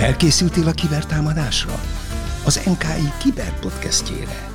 Felkészültél a kibertámadásra? Az NKI Kiberpodcastjére.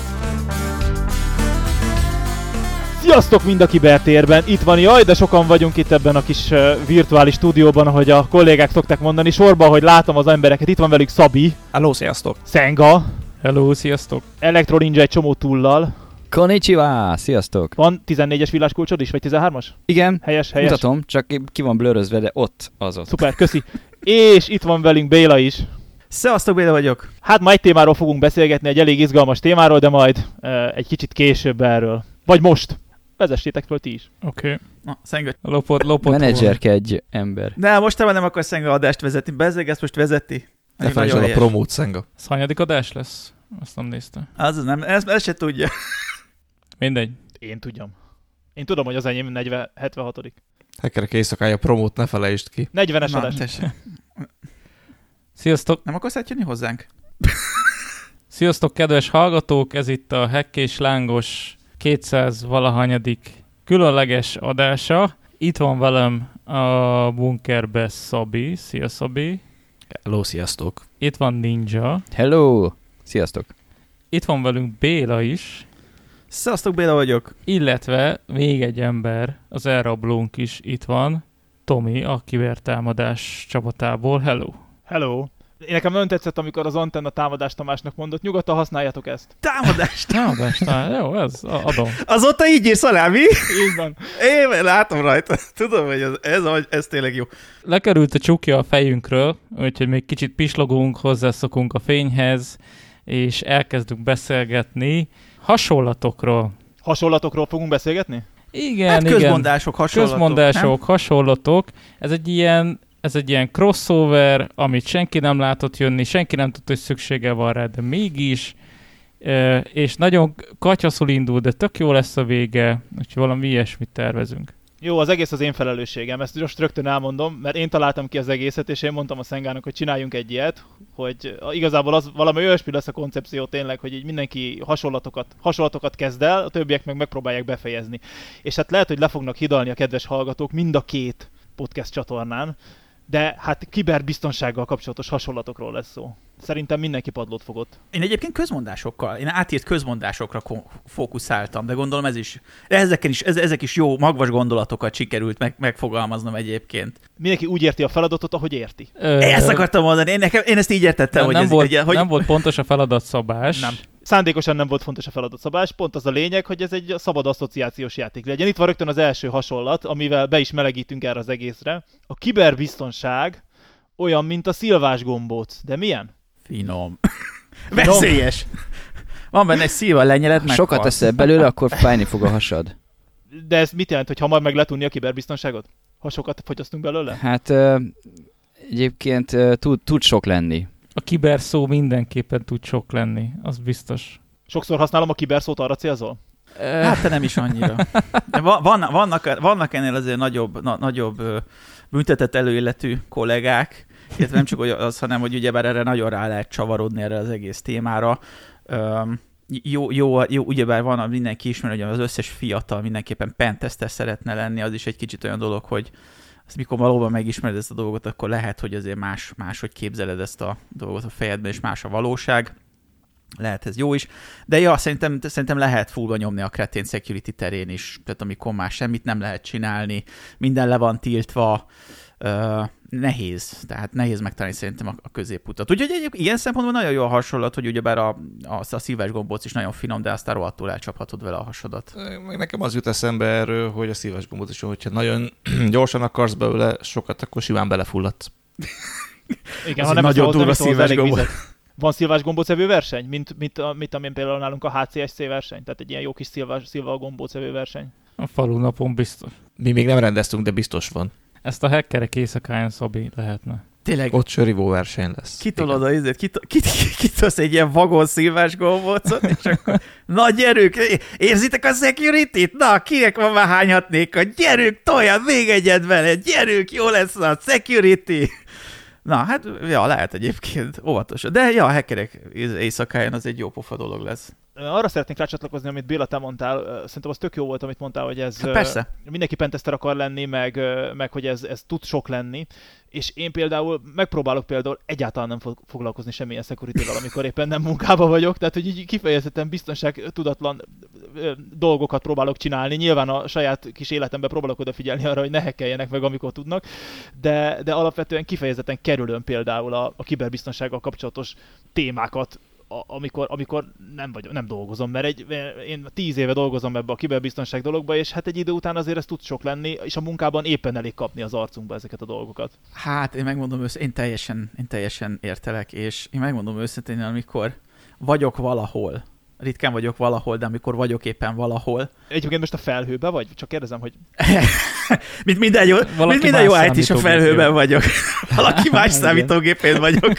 Sziasztok mind a kibertérben! Itt van, jaj, de sokan vagyunk itt ebben a kis virtuális stúdióban, ahogy a kollégák szokták mondani, sorban, hogy látom az embereket. Itt van velük Szabi. Hello, sziasztok! Szenga. Hello, sziasztok! Electro Ninja egy csomó túllal. Konnichiwa! Sziasztok! Van 14-es villáskulcsod is, vagy 13-as? Igen, Helyes. mutatom, csak ki van blurözve, de ott. Szuper, köszi. És itt van velünk Béla is. Szevasztok, Béla vagyok. Hát ma egy témáról fogunk beszélgetni, egy elég izgalmas témáról, de majd egy kicsit később erről. Vagy most. Vezessétek föl ti is. Oké. Na, Szenga. Lopott menedzserkedj, ember. De most te nem akarsz Szenga adást vezetni. Bezzeg, ezt most vezeti. Ne felejtsd el a promót, Szenga. Ez hanyadik adás lesz? Azt nem nézte. Az nem, ezt se tudja. Mindegy. Én tudom, hogy az enyém 76. Hackerek éjszakája promót ne felejtsd ki. 40-es adás. Sziasztok! Nem akarsz átjönni hozzánk? Sziasztok, kedves hallgatók! Ez itt a Hack és Lángos 200-valahanyadik különleges adása. Itt van velem a bunkerbe Szabi. Szia, Szabi! Hello, sziasztok! Itt van Ninja. Hello! Sziasztok! Itt van velünk Béla is. Szevasztok, Béla vagyok. Illetve még egy ember, az elrablónk is itt van. Tomi, a kibertámadás csapatából. Hello. Én nekem nagyon tetszett, amikor az Antenna támadást Tamásnak mondott. Nyugodtan használjátok ezt. Támadást! Jó, ez adom. Azóta így írsz alá, mi? Így van. Én látom rajta. Tudom, hogy ez tényleg jó. Lekerült a csukja a fejünkről, úgyhogy még kicsit pislogunk, hozzászokunk a fényhez, és elkezdünk beszélgetni hasonlatokról. Hasonlatokról fogunk beszélgetni? Igen, hát igen. közmondások, hasonlatok. Közmondások, hasonlatok. Ez egy ilyen crossover, amit senki nem látott jönni, senki nem tudta, hogy szüksége van rá, de mégis, és nagyon katyaszul indul, de tök jó lesz a vége, úgyhogy valami ilyesmit tervezünk. Jó, az egész az én felelősségem, ezt most rögtön elmondom, mert én találtam ki az egészet, és én mondtam a Szengának, hogy csináljunk egy ilyet, hogy igazából az valami olyasmi lesz a koncepció tényleg, hogy így mindenki hasonlatokat kezd el, a többiek meg megpróbálják befejezni. És hát lehet, hogy le fognak hidalni a kedves hallgatók mind a két podcast csatornán, de hát kiberbiztonsággal kapcsolatos hasonlatokról lesz szó. Szerintem mindenki padlót fogott. Én egyébként én átírt közmondásokra fókuszáltam, de gondolom ezek is jó, magvas gondolatokat sikerült megfogalmaznom egyébként. Mindenki úgy érti a feladatot, ahogy érti. Ezt akartam mondani, én ezt így értettem, hogy nem volt pontos a feladatszabás. Nem. Szándékosan nem volt fontos a feladatszabás, pont az a lényeg, hogy ez egy szabad asszociációs játék legyen. Itt van rögtön az első hasonlat, amivel be is melegítünk erre az egészre. A kiberbiztonság olyan, mint a szilvás gombóc. De milyen? Finom. Veszélyes. Van benne egy szilva lenyeled, meg sokat eszel belőle, akkor fájni fog a hasad. De ez mit jelent, hogy hamar meg lehet tudni a kiberbiztonságot? Ha sokat fogyasztunk belőle? Hát egyébként tud sok lenni. A kiberszó mindenképpen tud sok lenni, az biztos. Sokszor használom a kiberszót, arra célzol? Hát te nem is annyira. Vannak ennél azért nagyobb büntetett előéletű kollégák, illetve nem csak az, hanem hogy ugyebár erre nagyon rá lehet csavarodni erre az egész témára. Jó, ugyebár van, mindenki ismer, hogy az összes fiatal mindenképpen pentester szeretne lenni, az is egy kicsit olyan dolog, hogy azt mikor valóban megismered ezt a dolgot, akkor lehet, hogy azért máshogy képzeled ezt a dolgot a fejedben, és más a valóság. Lehet ez jó is. De ja, szerintem lehet fullba nyomni a kretén security terén is, tehát amikor már semmit nem lehet csinálni, minden le van tiltva, nehéz megtalálni szerintem a középutat. Úgyhogy egyébként ilyen szempontból nagyon jó a hasonlat, hogy ugyebár a szívás gombóc is nagyon finom, de aztán rohadtul elcsaphatod vele a hasadat. Nekem az jut eszembe erről, hogy a szívás gombóc is, hogyha nagyon gyorsan akarsz belőle sokat, akkor simán belefulladsz. Igen, ha nem nagyon durva szívás gombóc. Van szilvás gombócevő verseny, mint amilyen például nálunk a HCSC verseny? Tehát egy ilyen jó kis szilva gombócevő verseny. A falunapon biztos. Mi még nem rendeztünk, de biztos van. Ezt a hackerek éjszakáján, Szabi, lehetne. Tényleg? Ott sörivó verseny lesz. Kitolod a izét, kitolsz egy ilyen vagon szilvás gombócot, és akkor na gyerünk, érzitek a security-t? Na, kinek van már hányhatnék? Gyerünk, toljad még egyet vele, gyerünk, jó lesz a security. Na, hát, ja, lehet egyébként óvatosan. De ja, a hackerek éjszakáján az egy jó pofa dolog lesz. arra szeretnék rácsatlakozni, amit Béla, te mondtál. Szerintem az tök jó volt, amit mondtál, hogy ez persze. Mindenki pentester akar lenni, meg hogy ez tud sok lenni. És én például megpróbálok egyáltalán nem foglalkozni semmilyen security-vel, amikor éppen nem munkában vagyok, tehát hogy így kifejezetten biztonságtudatlan dolgokat próbálok csinálni. Nyilván a saját kis életemben próbálok odafigyelni arra, hogy ne hackeljenek meg, amikor tudnak, de alapvetően kifejezetten kerülöm például a kiberbiztonsággal kapcsolatos témákat, amikor nem dolgozom, mert én 10 éve dolgozom ebbe a kiberbiztonság dologba, és hát egy idő után azért ez tud sok lenni, és a munkában éppen elég kapni az arcunkba ezeket a dolgokat. Hát én megmondom őszintén, én teljesen értelek, és én megmondom őszintén, amikor vagyok valahol, ritkán vagyok valahol, de amikor vagyok éppen valahol. Egyébként most a felhőbe vagy? Csak kérdezem, hogy... mint minden jó IT-s a felhőben vagyok. Valaki más számítógépén vagyok.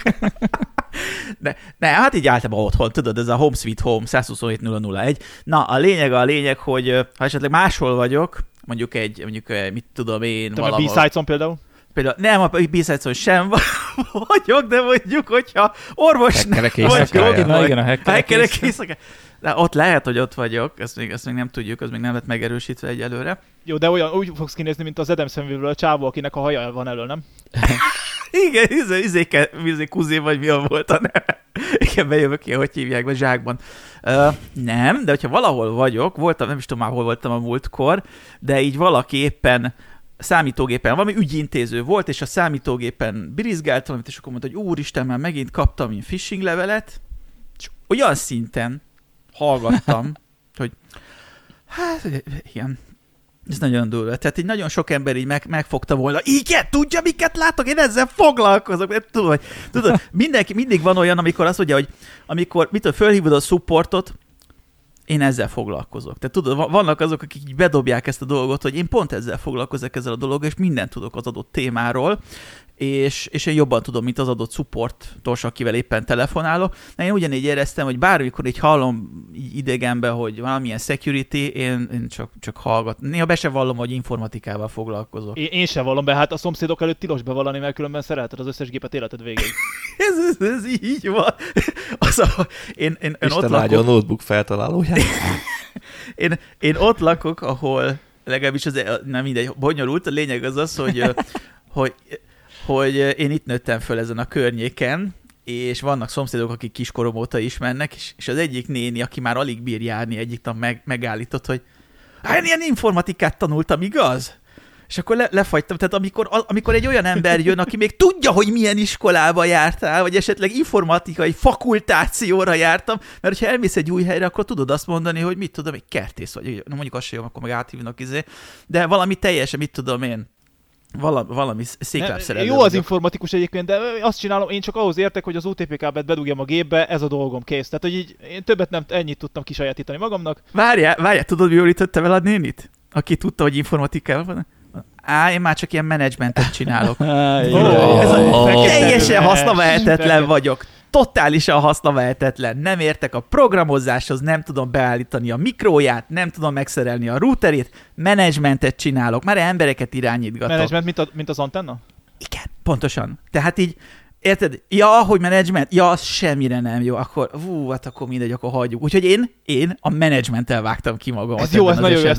De hát így általában otthon, tudod, ez a Home Sweet Home 127.001. Na, a lényeg, hogy ha esetleg máshol vagyok, mondjuk mit tudom én, valahol... A B-Sides-on például? Például nem, a B-Sides-on sem vagyok, de mondjuk, hogyha orvos igen, a hackerek éjszaka. De ott lehet, hogy ott vagyok, ezt még nem tudjuk, az még nem lett megerősítve egyelőre. Jó, de úgy fogsz kinézni, mint az Adam Sandler a csávó, akinek a haja van elől, nem? Igen, izé Kuzé vagy mi volt a neve. Igen, bejövök ki, hogy hívják be, zsákban. Nem, de hogyha valahol vagyok, nem is tudom már, hol voltam a múltkor, de így valaki éppen számítógépen, valami ügyintéző volt, és a számítógépen birizgált valamit, és akkor mondta, hogy úristen, már megint kaptam én phishing levelet, és olyan szinten hallgattam, hogy hát igen, ez nagyon durva. Tehát így nagyon sok ember így megfogta volna. Igen, tudja, miket látok? Én ezzel foglalkozok. Tudod, mindig van olyan, amikor azt mondja, hogy amikor fölhívod a supportot, én ezzel foglalkozok. Tehát tudod, vannak azok, akik így bedobják ezt a dolgot, hogy én pont ezzel foglalkozok ezzel a dologgal, és mindent tudok az adott témáról, és én jobban tudom, mint az adott supportos, akivel éppen telefonálok. Én ugyanígy éreztem, hogy bármikor így hallom így idegenben, hogy valamilyen security, én csak hallgat. Néha be se vallom, hogy informatikával foglalkozok. Én se vallom be, hát a szomszédok előtt tilos bevallani, mert különben szerelted az összes gépet életed végéig. ez így van. Én ott lakok. A notebook feltalálóját. én ott lakok, ahol legalábbis nem mindegy, bonyolult. A lényeg az, hogy én itt nőttem föl ezen a környéken, és vannak szomszédok, akik kiskorom óta ismernek, és az egyik néni, aki már alig bír járni, egyik nap megállított, hogy hát ilyen informatikát tanultam, igaz? És akkor lefagytam. Tehát amikor egy olyan ember jön, aki még tudja, hogy milyen iskolába jártál, vagy esetleg informatikai fakultációra jártam, mert hogyha elmész egy új helyre, akkor tudod azt mondani, hogy mit tudom, egy kertész vagy. Mondjuk azt sem jó, akkor meg áthívnak de valami teljesen, mit tudom én, valami széklábszerelő. Jó az informatikus egyébként, de azt csinálom, én csak ahhoz értek, hogy az OTP kábelt bedugjam a gépbe, ez a dolgom, kész. Tehát, hogy így én többet nem, ennyit tudtam kisajátítani magamnak. Várjál, tudod, mi jól ütöttem el a nénit? Aki tudta, hogy informatikával van? Én már csak ilyen menedzsmentet csinálok. Teljesen hasznavehetetlen vagyok. Totálisan hasznavehetetlen. Nem értek a programozáshoz, nem tudom beállítani a mikróját, nem tudom megszerelni a routerét, menedzsmentet csinálok. Már embereket irányítgatok. Menedzsment, mint az antenna? Igen, pontosan. Tehát így, érted? Ja, hogy menedzsment? Ja, az semmire nem jó. Akkor, hát akkor mindegy, akkor hagyjuk. Úgyhogy én a menedzsmenttel vágtam ki magam. Ez jó, ez nagyon jó.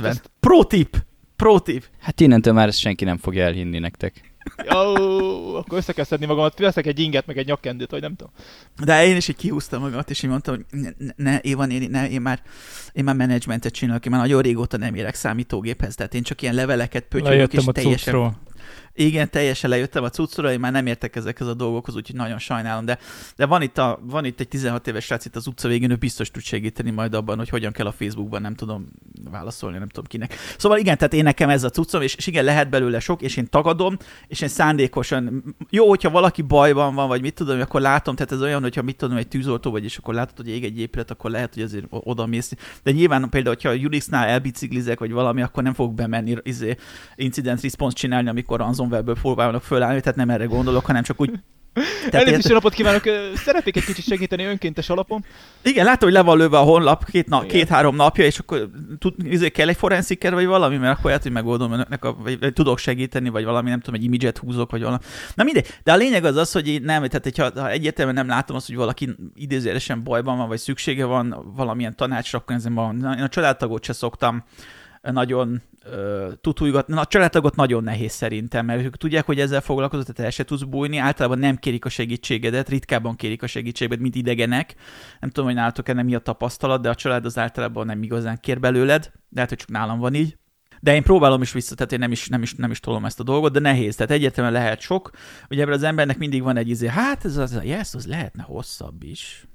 Pro tip. Hát innentől már ezt senki nem fogja elhinni nektek. Jó, akkor össze kell szedni magamat, veszek egy inget, meg egy nyakkendőt, vagy nem tudom. De én is így kihúztam magamat, és így mondtam, hogy én már menedzsmentet csinálok, én már nagyon régóta nem érek számítógéphez, tehát én csak ilyen leveleket pötyögök, és teljesen... Igen, teljesen lejöttem a cuccra, én már nem értek ezekhez a dolgokhoz, úgyhogy nagyon sajnálom, de van itt egy 16 éves srác itt az utca végén, ő biztos tud segíteni majd abban, hogy hogyan kell a Facebookban, nem tudom válaszolni, nem tudom kinek. Szóval igen, tehát én nekem ez a cuccom, és igen, lehet belőle sok, és én tagadom, és én szándékosan, jó, hogyha valaki bajban van, vagy mit tudom, akkor látom, tehát ez olyan, hogyha mit tudom, egy tűzoltó vagy, és akkor látod, hogy ég egy épület, akkor lehet, hogy azért oda mész. De nyilván például, hogyha a Unixnál elbiciklizek, vagy valami, akkor nem fogok bemenni incident response csinálni, amikor ransomware-ből próbálnak fölállni, tehát nem erre gondolok, hanem csak úgy Elnézést, jó napot kívánok! Szeretnék egy kicsit segíteni önkéntes alapon. Igen, látom, hogy le van lőve a honlap 2-3 napja, és akkor kell egy forensiker, vagy valami, mert akkor lehet, hogy megoldom önöknek, vagy tudok segíteni, vagy valami, nem tudom, egy image-et húzok, vagy valami. Na mindegy, de a lényeg az, hogy nem, tehát ha egyértelműen nem látom azt, hogy valaki idézőjelesen bajban van, vagy szüksége van valamilyen tanácsra, akkor ezen van. Én a családtagot se szoktam nagyon tutulgatni. A családtagot nagyon nehéz szerintem, mert ők tudják, hogy ezzel foglalkozott, tehát el se tudsz bújni, általában nem kérik a segítségedet, ritkábban kérik a segítségedet, mint idegenek. Nem tudom, hogy nálatok ennek mi a tapasztalat, de a család az általában nem igazán kér belőled, de hát, hogy csak nálam van így. De én próbálom is vissza, tehát én nem is tolom ezt a dolgot, de nehéz, tehát egyértelműen lehet sok. Ugye ebben az embernek mindig van egy hát ez a yes, az lehetne hosszabb is.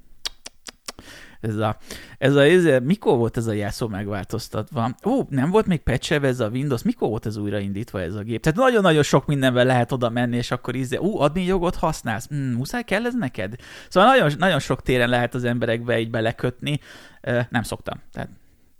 Mikor volt ez a jelszó megváltoztatva? Nem volt még patchelve ez a Windows, mikor volt ez újraindítva ez a gép? Tehát nagyon-nagyon sok mindenben lehet oda menni, és akkor admin jogot használsz? Muszáj kell ez neked? Szóval nagyon, nagyon sok téren lehet az emberekbe így belekötni. Nem szoktam. Tehát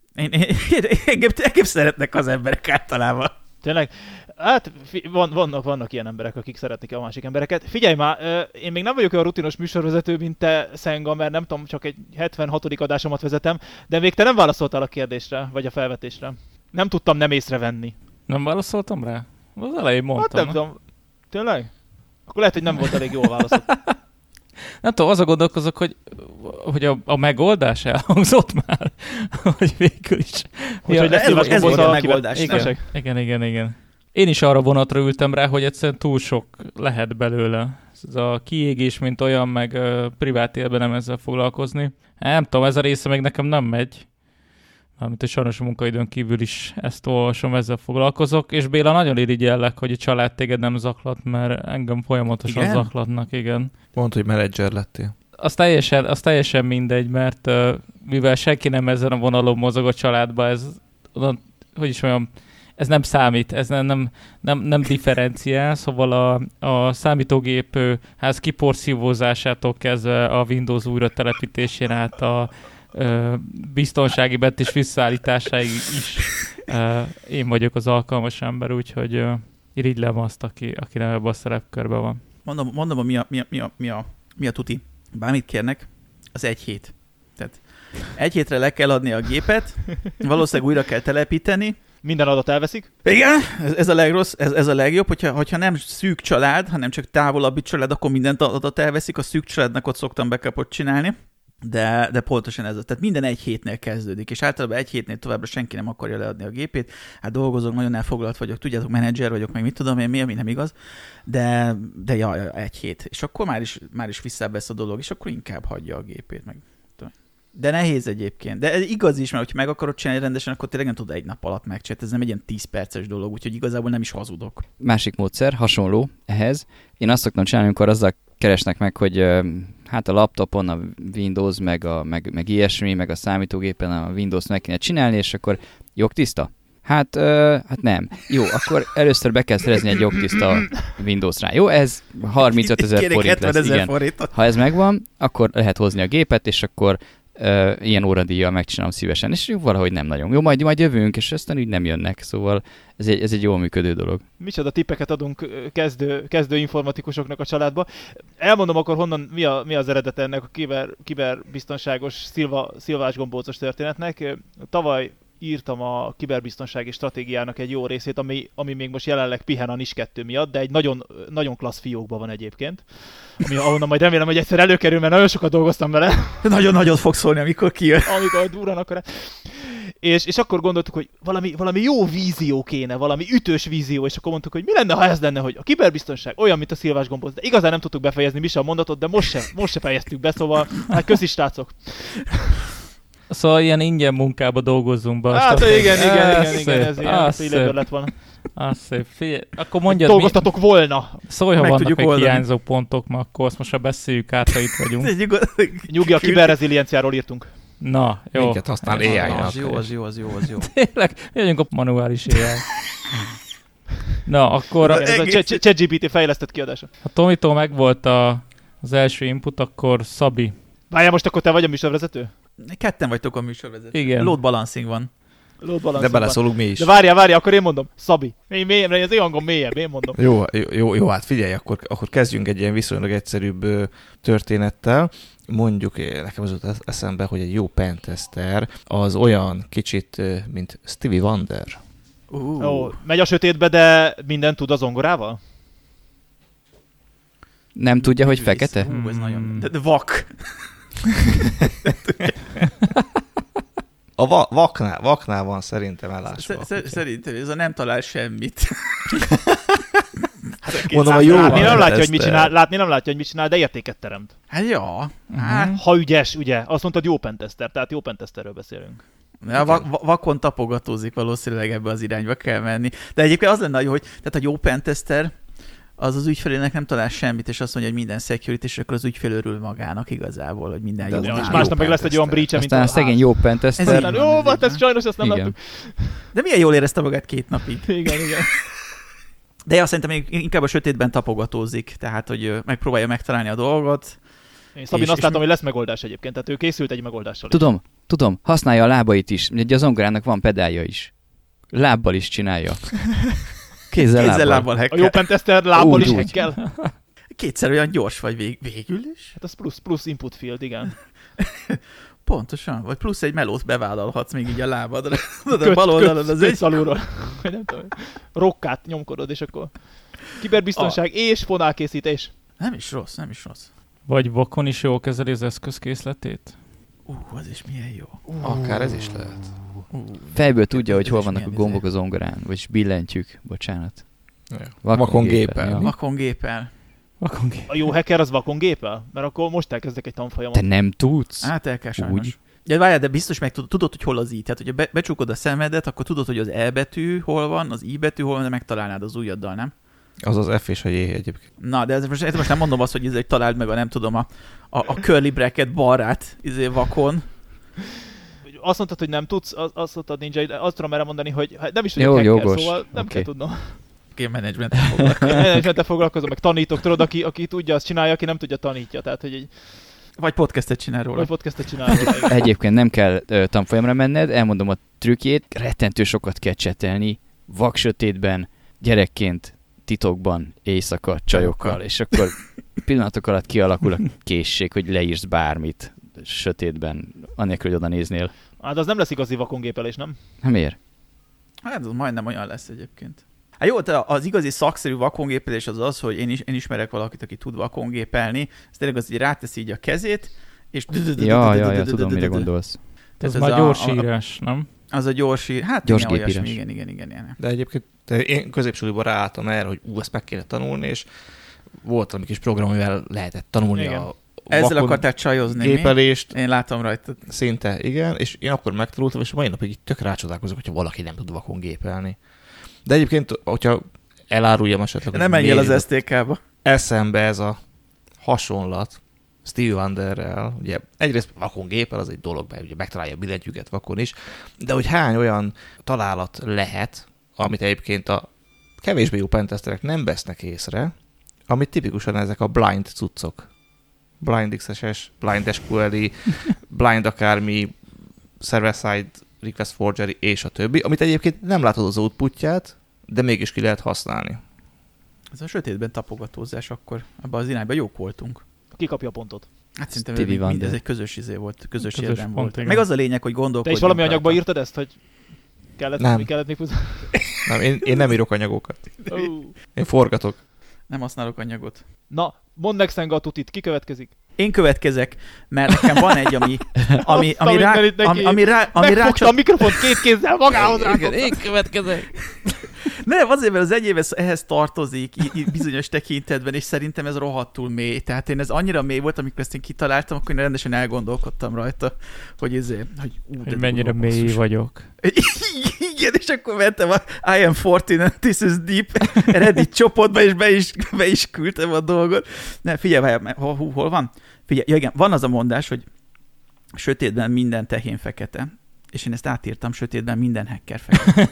engem szeretnek az emberek általában. Tényleg? Hát vannak ilyen emberek, akik szeretik a másik embereket. Figyelj már, én még nem vagyok olyan rutinos műsorvezető, mint te, Szenga, mert nem tudom, csak egy 76. adásomat vezetem, de még te nem válaszoltál a kérdésre, vagy a felvetésre. Nem tudtam nem észrevenni. Nem válaszoltam rá? Az elején mondtam. Hát nem tudom. Tényleg? Akkor lehet, hogy nem volt elég jól válaszolt. Nem tudom, azon gondolkozok, hogy a megoldás elhangzott már, hogy végül is. Ez volt a megoldás. Igen. Én is arra vonatra ültem rá, hogy egyszerűen túl sok lehet belőle. Ez a kiégés, mint olyan, meg privát életben nem ezzel foglalkozni. Nem tudom, ez a része még nekem nem megy. Mármint, hogy sajnos a munkaidőn kívül is ezt olvasom, ezzel foglalkozok. És Béla, nagyon irigyellek, hogy a család téged nem zaklat, mert engem folyamatosan zaklatnak, igen. Mondd, hogy menedzser lettél. Az teljesen mindegy, mert mivel senki nem ezen a vonalon mozog a családba, ez nem számít, ez nem differenciál, szóval a számítógép ház kiporszívózásától kezdve a Windows újra telepítésén át a biztonsági betés visszaállításáig is én vagyok az alkalmas ember, úgyhogy irigylem azt, aki nem ebben a szerepkörben van. Mondom, mi a tuti. Bármit kérnek, az 1 hét. Tehát 1 hétre le kell adni a gépet, valószínűleg újra kell telepíteni. Minden adat elveszik? Igen, ez a legrossz, ez a legjobb, hogyha nem szűk család, hanem csak távolabbi család, akkor mindent adat elveszik, a szűk családnak ott szoktam backupot csinálni. De pontosan ez. Tehát minden 1 hétnél kezdődik, és általában 1 hétnél továbbra senki nem akarja leadni a gépét. Hát dolgozok, nagyon elfoglalt vagyok, tudjátok, menedzser vagyok, meg mit tudom én, ami nem igaz, de 1 hét. És akkor már is visszavesz a dolog, és akkor inkább hagyja a gépét. Meg. De nehéz egyébként. De ez igaz is, mert hogyha meg akarod csinálni rendesen, akkor tényleg nem tud 1 nap alatt megcsinálni. Ez nem egy ilyen 10 perces dolog, úgyhogy igazából nem is hazudok. Másik módszer, hasonló ehhez. Én azt szoktam csinálni, amikor azzal keresnek meg, hogy hát a laptopon a Windows, meg ilyesmi, meg a számítógépen a Windows meg kéne csinálni, és akkor jogtiszta? Hát nem. Jó, akkor először be kell szerezni egy jogtiszta Windowsra. Jó, ez 35 000 forint lesz. Igen. Ha ez megvan, akkor lehet hozni a gépet, és akkor ilyen óradíjjal megcsinálom szívesen, és valahogy nem nagyon. Jó, majd jövünk, és aztán úgy nem jönnek, szóval ez egy jól működő dolog. Micsoda tippeket adunk kezdő informatikusoknak a családba. Elmondom akkor honnan, mi az eredete ennek a kiberbiztonságos szilvásgombócos történetnek. Tavaly írtam a kiberbiztonsági stratégiának egy jó részét, ami még most jelenleg pihen a NIS 2 miatt, de egy nagyon, nagyon klassz fiókban van egyébként. Ahonnan majd remélem, hogy egyszer előkerül, mert nagyon sokat dolgoztam vele. Nagyon nagyot fog szólni, amikor kijön. Amikor durran akar. És akkor gondoltuk, hogy valami jó vízió kéne, valami ütős vízió, és akkor mondtuk, hogy mi lenne, ha ez lenne, hogy a kiberbiztonság olyan, mint a szilvásgombóc. De igazán nem tudtuk befejezni mi sem a mondatot, de most se fejeztük be, szóval hát köszi srácok. Szóval ilyen ingyen munkába dolgozzunk be. Hát igen, ez ilyen illetve lett volna. Az szép. Figyelj, akkor mondjad, dolgoztatok volna. Szólj, ha vannak egy hiányzó pontok, mert akkor azt most beszéljük át, ha itt vagyunk. Nyugi, a kiberrezilienciáról írtunk. Na, jó. Minket használ AI-nak. Az jó. Tényleg, mi vagyunk a manuális AI. Na, akkor... Ez a ChatGPT fejlesztett kiadása. Ha Tomitól megvolt az első input, akkor Szabi. Várjál, most akkor te vagy a műsorvezető? Ketten vagytok a műsorvezető. Igen. Load balancing van. De beleszólunk mi is. De várjál, akkor én mondom. Szabi. Én mélyebb, az én hangom mélyebb, én mondom. Jó, hát figyelj, akkor kezdjünk egy ilyen viszonylag egyszerűbb történettel. Mondjuk nekem az jutott eszembe, hogy egy jó pentester az olyan kicsit, mint Stevie Wonder. Ó, megy a sötétbe, de mindent tud a zongorával? Nem tudja, hogy fekete? Ez nagyon... De vak. A vaknál van szerintem elásva. Szerintem ez a nem talál semmit. Mondom, a jó látni nem látja, hogy mit csinál, de értéket teremt. Hát ja. Hát, Ha ügyes, ugye? Azt mondtad jó pentester, tehát jó pentesterről beszélünk. vakon tapogatózik, valószínűleg ebbe az irányba kell menni. De egyébként az lenne jó, hogy tehát a jó pentester az ügyfelének nem talál semmit, és azt mondja, hogy minden security, és akkor az ügyfél örül magának igazából, hogy minden jó. És másnap meg lesz egy olyan breach, mint aztán a szegény jó pentester. Jó, hát ez sajnos ezt nem láttuk. De milyen jól érezte magát 2 napig. Igen. De azt szerintem még inkább a sötétben tapogatózik, tehát hogy megpróbálja megtalálni a dolgot. Én Szabin azt látom, hogy lesz megoldás egyébként, tehát ő készült egy megoldással. Tudom, használja a lábait is. Ugye a zongorának van pedálja is. Lábbal is csinálja. Kézzel-lábbal A jó pentester lábbal is hekkel. Kétszer olyan gyors vagy végül is. Hát az plusz input field, igen. Pontosan, vagy plusz egy melót bevállalhatsz még így a lábadra. A bal oldalon az egy... alulról. Nem tudom, rokkát nyomkodod, és akkor kiberbiztonság és fonálkészítés. Nem is rossz. Vagy vakon is jól kezeli az eszközkészletét? Az is milyen jó. Akár ez is lehet. Fejből tudja, hogy hol vannak a gombok az zongorán, vagyis billentyűk, bocsánat. Vakon gépel. Vakon gépel. A jó hacker az vakon gépel? Mert akkor most elkezdek egy tanfolyamot. Te nem tudsz? Hát el kell sajnos. Ja, várjál, de biztos meg tudod, hogy hol az I. Tehát, hogyha becsukod a szemedet, akkor tudod, hogy az E betű hol van, az I betű hol van, de megtalálnád az ujjaddal, nem? Az az F és a J egyébként. Na, de most nem mondom azt, hogy találd meg a curly bracket barát vakon. Azt mondtad, hogy nem tudsz, azt mondtad Ninja, de azt tudom erre mondani, hogy nem is vagyok hacker, jogos. Szóval nem kell tudnom. Game management-tel foglalkozom, meg tanítok, tudod, aki tudja, azt csinálja, aki nem tudja, tanítja. Tehát, hogy Vagy podcastet csinál róla. Egyébként nem kell tanfolyamra menned, elmondom a trükkjét, rettentő sokat kell csetelni, vaksötétben, gyerekként, titokban, éjszaka, csajokkal, és akkor pillanatok alatt kialakul a készség, hogy leírsz bármit sötétben, anélkül, hogy oda néznél. Hát az nem lesz igazi vakongépelés, nem? Miért? Hát az majdnem olyan lesz egyébként. Hát jó, az igazi szakszerű vakongépelés az, hogy én ismerek valakit, aki tud vakongépelni, ez tényleg az, hogy ráteszi így a kezét, és... Ja, tudom, mire gondolsz. Ez már gyors írás, nem? Az a gyors írás. Hát gyors igen, gépírás. Igen. De egyébként én középsuliban ráálltam erre, hogy ezt meg kéne tanulni, és volt valami kis program, amivel lehetett tanulni a ezzel akartál csajozni, gépelést. Én látom rajta. Szinte, igen, és én akkor megtanultam, és mai napig így tök rácsodálkozok, hogyha valaki nem tud vakon gépelni. De egyébként, hogyha eláruljam esetleg... Nem menjél az STK-ba. Eszembe ez a hasonlat Stevie Wonderrel. Ugye egyrészt vakon gépel, az egy dolog, mert ugye megtalálja a billentyűket vakon is, de hogy hány olyan találat lehet, amit egyébként a kevésbé jó pentesterek nem vesznek észre, amit tipikusan ezek a blind cuccok. Blind XSS, Blind SQLi, Blind akármi, Server-side Request Forgery és a többi, amit egyébként nem látod az outputját, de mégis ki lehet használni. Ez a sötétben tapogatózás akkor, abban az irányban jók voltunk. Ki kapja a pontot? Hát szerintem ez egy közös volt, közös érdem volt. Igen. Meg az a lényeg, hogy gondolkodjunk. Te is valami anyagba írtad ezt, hogy kellett még hozzá? Nem, én nem írok anyagokat. Én forgatok. Nem használok anyagot. Na, mondd meg Szenga a tutit, ki következik? Én következek, mert nekem van egy, ami rá... Megfogta a mikrofont 2 kézzel, magához rákott. Én következek. Nem, azért, mert az enyém ehhez tartozik bizonyos tekintetben, és szerintem ez rohadtul mély. Tehát én ez annyira mély volt, amikor ezt én kitaláltam, akkor én rendesen elgondolkodtam rajta, hogy mennyire mély vagyok. Igen, és akkor mentem a I am 14 and this is deep Reddit csoportba, és be is küldtem a dolgot. Ne, figyelj, hol van? Figyelj, ja, igen, van az a mondás, hogy sötétben minden tehén fekete, és én ezt átírtam, sötétben minden hacker fekete.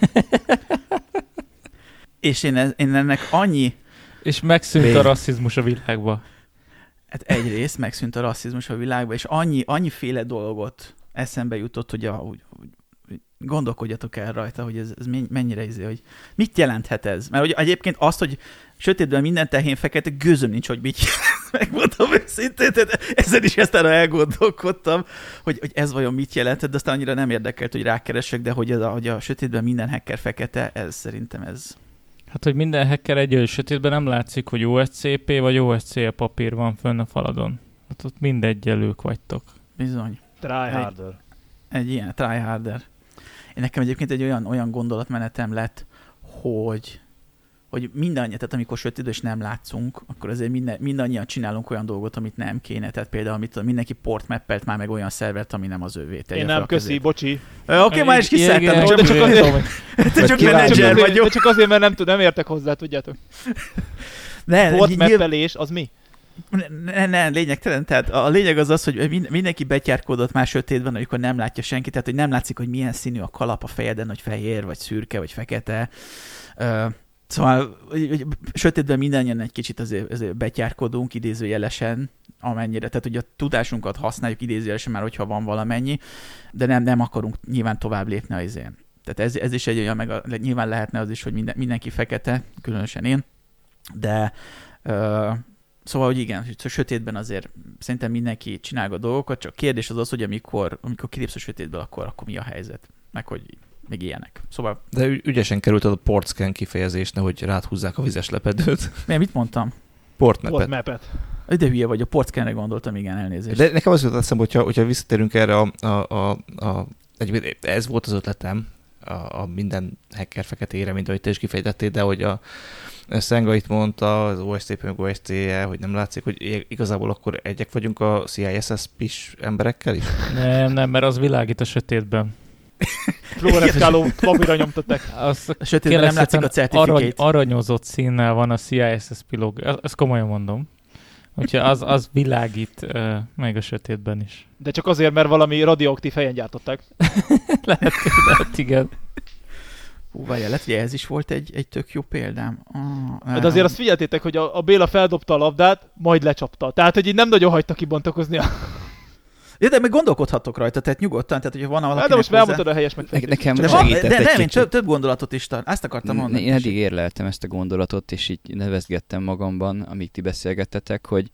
És én ennek annyi... És megszűnt a rasszizmus a világban. Hát egyrészt megszűnt a rasszizmus a világban, és annyiféle dolgot eszembe jutott, hogy gondolkodjatok el rajta, hogy ez mennyire hogy mit jelenthet ez? Mert hogy egyébként azt, hogy sötétben minden tehén fekete, gőzöm nincs, hogy mit jelent. Megmondom őszintén, ezen is aztán elgondolkodtam, hogy ez vajon mit jelenthet, de aztán annyira nem érdekelt, hogy rákeresek, de hogy a sötétben minden hacker fekete, ez szerintem ez. Hát, hogy minden hacker egyelő sötétben nem látszik, hogy OSCP vagy OSCL papír van fönn a faladon. Hát ott mindegyelők vagytok. Bizony. Tryharder. Egy ilyen tryharder. Én nekem egyébként egy olyan gondolatmenetem lett, hogy mindannyian, tehát amikor sötétben és nem látszunk, akkor azért mindannyian csinálunk olyan dolgot, amit nem kéne. Tehát például amit mindenki portmappelt már meg olyan szervert, ami nem az övé. Én nem, köszi, bocsi. Oké, már is kiszálltam. Csak menedzser vagyok. Csak azért, mert nem értek hozzá, tudjátok. Portmappelés, az mi? Ne, lényegtelen. Tehát a lényeg az, hogy mindenki betyárkódott már sötétben, amikor nem látja senki, tehát hogy nem látszik, hogy milyen színű a kalap a fejeden, hogy fehér, vagy szürke, vagy fekete. Szóval sötétben mindannyian egy kicsit azért betyárkodunk idézőjelesen, amennyire, tehát hogy a tudásunkat használjuk idézőjelesen már, hogyha van valamennyi, de nem akarunk nyilván tovább lépni az izén. Tehát ez is egy olyan, meg nyilván lehetne az is, hogy mindenki fekete, különösen én, de szóval, hogy igen, hogy sötétben azért szerintem mindenki csinál a dolgokat, csak kérdés az, hogy amikor kilépsz a sötétből, akkor mi a helyzet, meg hogy még ilyenek. Szóval... De ügyesen került a portscan kifejezés, nehogy rád húzzák a vizes lepedőt. Mit mondtam? Portmappet. De hülye vagy, a portscanre gondoltam, igen, elnézést. De nekem az jutott eszembe, hogyha visszatérünk erre ez volt az ötletem, a minden hacker feketére, mint ahogy te is kifejtettél, de hogy a Szenga itt mondta, az OSCP meg OSCE, hogy nem látszik, hogy igazából akkor egyek vagyunk a CISSP-s emberekkel is? Nem, mert az világít a sötétben. Fluoreszkáló papírra nyomtatták. A sötétben nem látszik a certificate. Aranyozott színnel van a CISSP logó. Ezt komolyan mondom. Úgyhogy az világít meg a sötétben is. De csak azért, mert valami radioaktív helyen gyártották. lehet, igen. Várjál, lehet, hogy ez is volt egy tök jó példám. De azért azt figyeltétek, hogy a Béla feldobta a labdát, majd lecsapta. Tehát, hogy így nem nagyon hagyta kibontakozni. Ja, de meg gondolkodhatok rajta, tehát nyugodtan, tehát hogyha van valakinek de most elmondtad a helyes megfejtést. Nekem de én több gondolatot is azt akartam mondani. Én eddig érleltem ezt a gondolatot, és így nevezgettem magamban, amíg ti beszélgettetek, hogy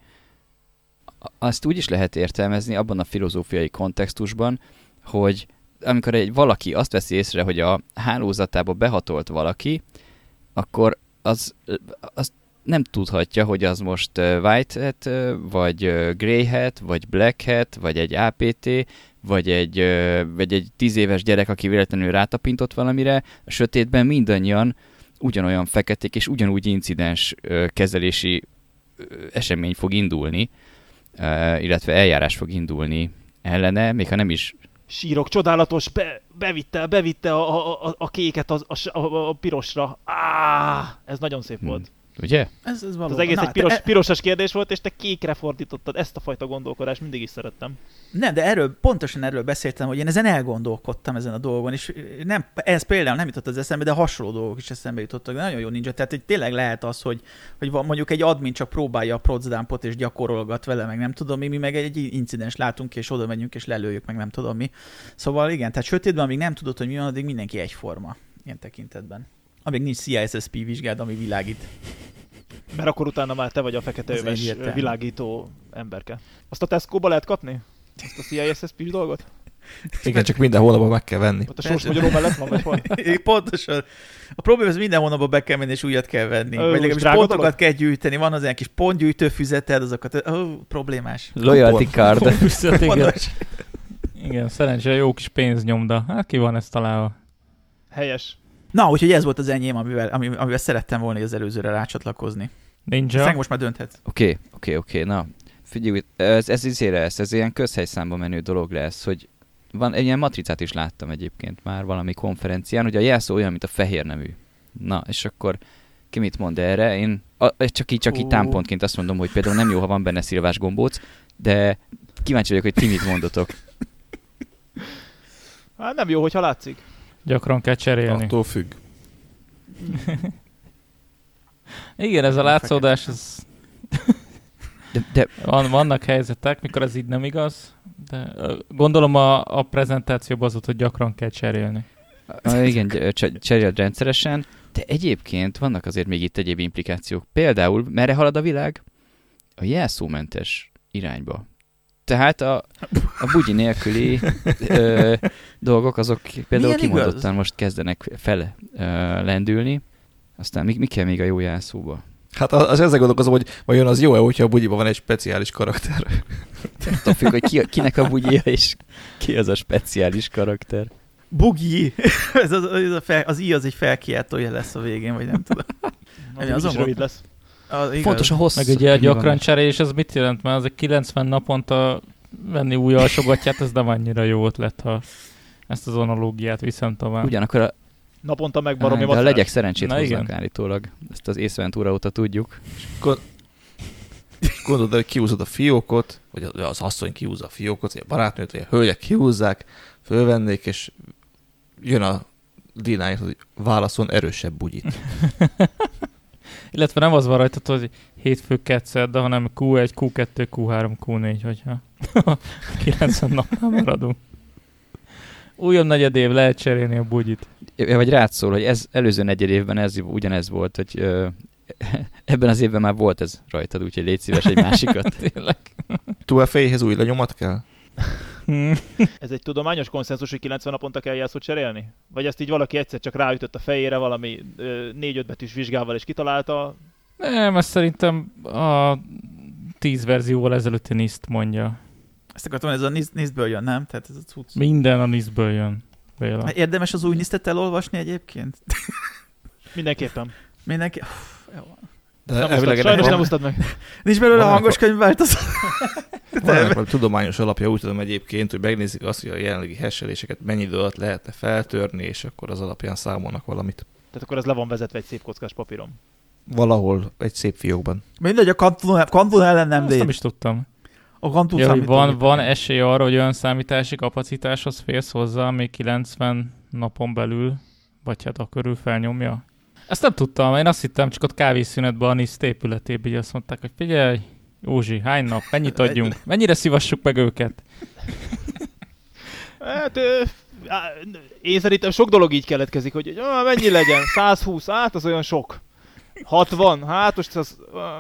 azt úgy is lehet értelmezni abban a filozófiai kontextusban, hogy amikor valaki azt veszi észre, hogy a hálózatába behatolt valaki, akkor az nem tudhatja, hogy az most white hat, vagy grey hat, vagy black hat, vagy egy APT, vagy egy 10 éves gyerek, aki véletlenül rátapintott valamire. A sötétben mindannyian ugyanolyan feketék, és ugyanúgy incidens kezelési esemény fog indulni, illetve eljárás fog indulni ellene, még ha nem is... Sírok, csodálatos, bevitte a kéket a pirosra. Ez nagyon szép volt. Ugye? Ez valóban. Az egész egy pirosas kérdés volt, és te kékre fordítottad. Ezt a fajta gondolkodást mindig is szerettem. Nem, de pontosan erről beszéltem, hogy én ezen elgondolkodtam ezen a dolgon, és ez például nem jutott az eszembe, de hasonló dolgok is eszembe jutottak, de nagyon jó ninja. Tehát hogy tényleg lehet az, hogy mondjuk egy admin csak próbálja a procdumpot és gyakorolgat vele, meg nem tudom mi meg egy incidens látunk, és oda megyünk, és lelőjük, meg nem tudom mi. Szóval igen, tehát sötétben, amíg nem tudod, hogy mi van, addig mindenki egyforma ilyen tekintetben. Amíg nincs CISSP vizsgád, ami világít. Mert akkor utána már te vagy a fekete öves világító emberke. Azt a Tesco-ba lehet kapni? Azt a CISSP-s dolgot? Igen, csak minden hónapban meg kell venni. Ott a sorsmagyaró mellett van, vagy hol? Pontosan. A probléma az, minden hónapban be kell menni, és újat kell venni. Vagy legalábbis pontokat dolog? Kell gyűjteni. Van az ilyen kis pontgyűjtő füzeted, azokat... problémás. Loyalty card. Igen, szerencsére jó kis pénznyomda. Hát ki van ezt találva? Helyes. Na, úgyhogy ez volt az enyém, amivel szerettem volna az előzőre rácsatlakozni. Ninja. Szeng, most már dönthetsz. Oké. Na, figyelj, ez ilyen közhelyszámba menő dolog lesz, hogy van egy ilyen matricát is láttam egyébként már valami konferencián, hogy a jelszó olyan, mint a fehér nemű. Na, és akkor ki mit mond erre? Én csak így támpontként azt mondom, hogy például nem jó, ha van benne szilvás gombóc, de kíváncsi vagyok, hogy ti mit mondotok. Hát nem jó, hogyha látszik. Gyakran kell cserélni. Attól függ. Igen, ez a látszódás, ez... De... Vannak helyzetek, mikor ez így nem igaz, de gondolom a prezentációban az volt, hogy gyakran kell cserélni. Igen, cseréld rendszeresen, de egyébként vannak azért még itt egyéb implikációk. Például, merre halad a világ? A jelszómentes irányba. Tehát a bugyi nélküli dolgok, azok például kimondottan most kezdenek lendülni. Aztán mi kell még a jó jelszóba? Hát az ezzel gondolkozom, hogy vajon az jó-e, hogyha a bugyiban van egy speciális karakter. Attól függ, hogy kinek a bugyija, és ki az a speciális karakter. Bugi! Az I az egy felkiáltója lesz a végén, vagy nem tudom. Az is rövid lesz. Fontos a hossz. Meg ugye a gyakran cserélés, ez mit jelent? Mert az egy 90 naponta venni új alsogatját, ez nem annyira jó ötlet, ha ezt az analógiát viszem tovább. Ugyanakkor naponta meg baromi de macás. legyek szerencsét Na, hozzák igen. állítólag. Ezt az Ace Ventura óta tudjuk. Gondolod, hogy kihúzod a fiókot, vagy az asszony kihúzza a fiókot, vagy a barátnőt, vagy a hölgyek kihúzzák, fölvennék, és jön a D9, hogy válaszol erősebb bugyit. Illetve nem az van rajta, hogy hétfő de hanem Q1, Q2, Q3, Q4, hogyha 90 napnál maradunk. Újabb negyed év, lehet cserélni a bugyit. Vagy rád szól, hogy ez előző negyed évben ugyanez volt, hogy ebben az évben már volt ez rajtad, úgyhogy légy szíves egy másikat. Tényleg. Túlfejéhez új lenyomat kell? Ez egy tudományos konszenzus, hogy 90 naponta kell jelszót cserélni? Vagy ezt így valaki egyszer csak ráütött a fejére valami 4-5 betűs vizsgával és kitalálta? Nem, ezt szerintem a 10 verzióval ezelőtti NIST mondja. Ezt akartam, ez a NIST-ből jön, nem? Tehát ez a cucc. Minden a NIST-ből jön. Béla. Érdemes az új NIST-et elolvasni egyébként? Mindenképpen. Mindenki... De Nem elvileg sajnos nem ennek úsztad meg. Nincs belőle Van hangos könyvváltozat. van valami tudományos alapja, úgy tudom egyébként, hogy megnézik azt, hogy a jelenlegi hesseléseket mennyi idő alatt lehetne feltörni, és akkor az alapján számolnak valamit. Tehát akkor ez le van vezetve egy szép kockás papíron. Valahol egy szép fiókban. Mindegy, a Quantum ellen nem Azt nem véd. is tudtam. A Quantum Ja, hogy számítógép. van esély arra, hogy olyan számítási kapacitáshoz férsz hozzá, még 90 napon belül, vagy hát a körül felnyomja. Ezt nem tudtam, én azt hittem, csak ott kávészünetben a NIST épületében így azt mondták, hogy figyelj, Józsi, hány nap, mennyit adjunk, mennyire szívassuk meg őket? Hát én szerintem sok dolog így keletkezik, hogy mennyi legyen, 120, hát az olyan sok. 60, hát most az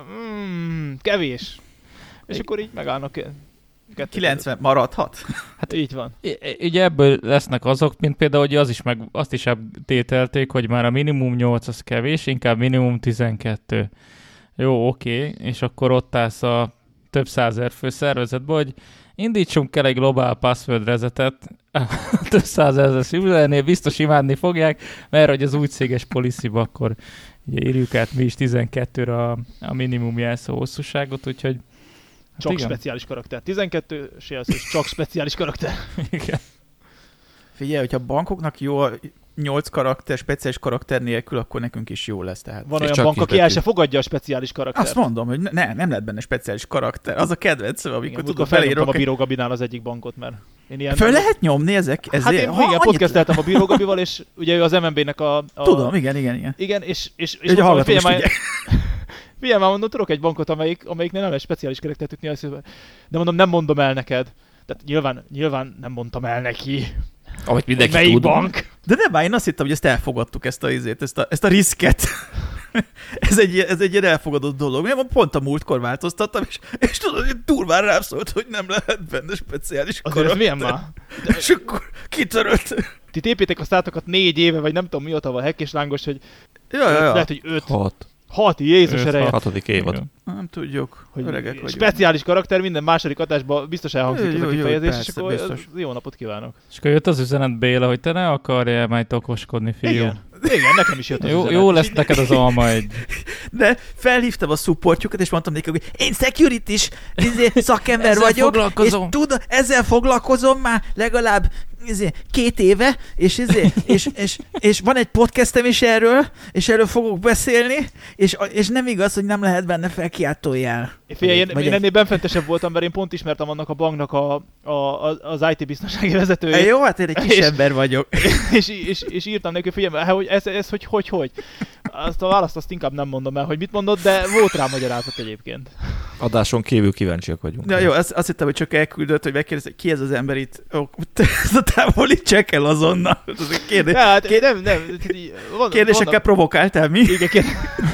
kevés. És akkor így megállnak. 90 maradhat. Hát így van. Ugye ebből lesznek azok, mint például, hogy azt is tételték, hogy már a minimum 8 az kevés, inkább minimum 12. Jó, oké, és akkor ott állsz a több százezer fő szervezetben, hogy indítsunk el egy globál password resetet, több százezer usernél biztos imádni fogják, mert hogy az új céges policyba akkor ugye írjuk át mi is 12-re a minimum jelszó hosszúságot, úgyhogy Csak igen. speciális karakter. 12 jelszós, csak speciális karakter. Igen. Figyelj, hogyha bankoknak jó a 8 karakter, speciális karakter nélkül, akkor nekünk is jó lesz. Tehát. Van És olyan csak bank, kis aki el betű. se fogadja a speciális karaktert. Azt mondom, hogy nem lehet benne speciális karakter. Az a kedvencem, amikor Igen, tudom, felírtam felírok. a Bíró Gabinál az egyik bankot, mert én ilyen... Föl lehet nyomni ezek? Hát én igen, podcasteltem a Bíró Gabival, és ugye ő az MNB-nek a... Tudom, igen. Igen, és Hogy a hallgatók is figyelj tudják. már mondom, tudok egy bankot, amelyiknél nem lehet speciális karaktert ütni, de mondom, nem mondom el neked. Tehát nyilván nem mondtam el neki. Ahogy mindenki Melyik tud. bank? De nem, én azt hittem, hogy ezt elfogadtuk, ezt a riszket. ez egy ilyen elfogadott dolog. Én pont a múltkor változtattam, és tudod, hogy durván rám szólt, hogy nem lehet benne speciális Azért ez karakter. milyen már? És akkor kitörölt. Ti tépétek a státokat 4 éve, vagy nem tudom mióta van hack és lángos, hogy Ja. lehet, hogy 5, 6. 6, Jézus Öt, ereje. 6. évad. Igen. Nem tudjuk, Hogy öregek vagyunk. speciális karakter, minden második adásban biztos elhangzik ez a Jó, kifejezés, és persze, akkor biztos. jó napot kívánok. És akkor jött az üzenet Béla, hogy te ne akarjál majd okoskodni, fiú. Igen, nekem is jött az üzenet. Jó lesz neked az alma egy. De felhívtam a supportjukat, és mondtam nekik, hogy én security-s szakember Ezzel vagyok, foglalkozom. és tudom, ezzel foglalkozom már legalább 2 éve, és van egy podcastem is erről, és erről fogok beszélni, és nem igaz, hogy nem lehet benne felkiáltójel. Figyelj, Vagy én egy- ennél benfentesebb voltam, mert én pont ismertem annak a banknak az IT biztonsági vezetőjét. Jó, hát én egy kis És- ember vagyok. és írtam neki, figyelj, hogy ez hogy. Azt a választ azt inkább nem mondom el, hogy mit mondott, de volt rá magyarázat egyébként. Adáson kívül kíváncsiak vagyunk. Ja, jó, azt hittem, hogy csak elküldött, hogy megkérdezte, hogy ki ez az ember itt. Ez a távolítsák el azonnal. Ez a kérdés. Ja, hát Kérdésekkel provokáltál, mi? Igen,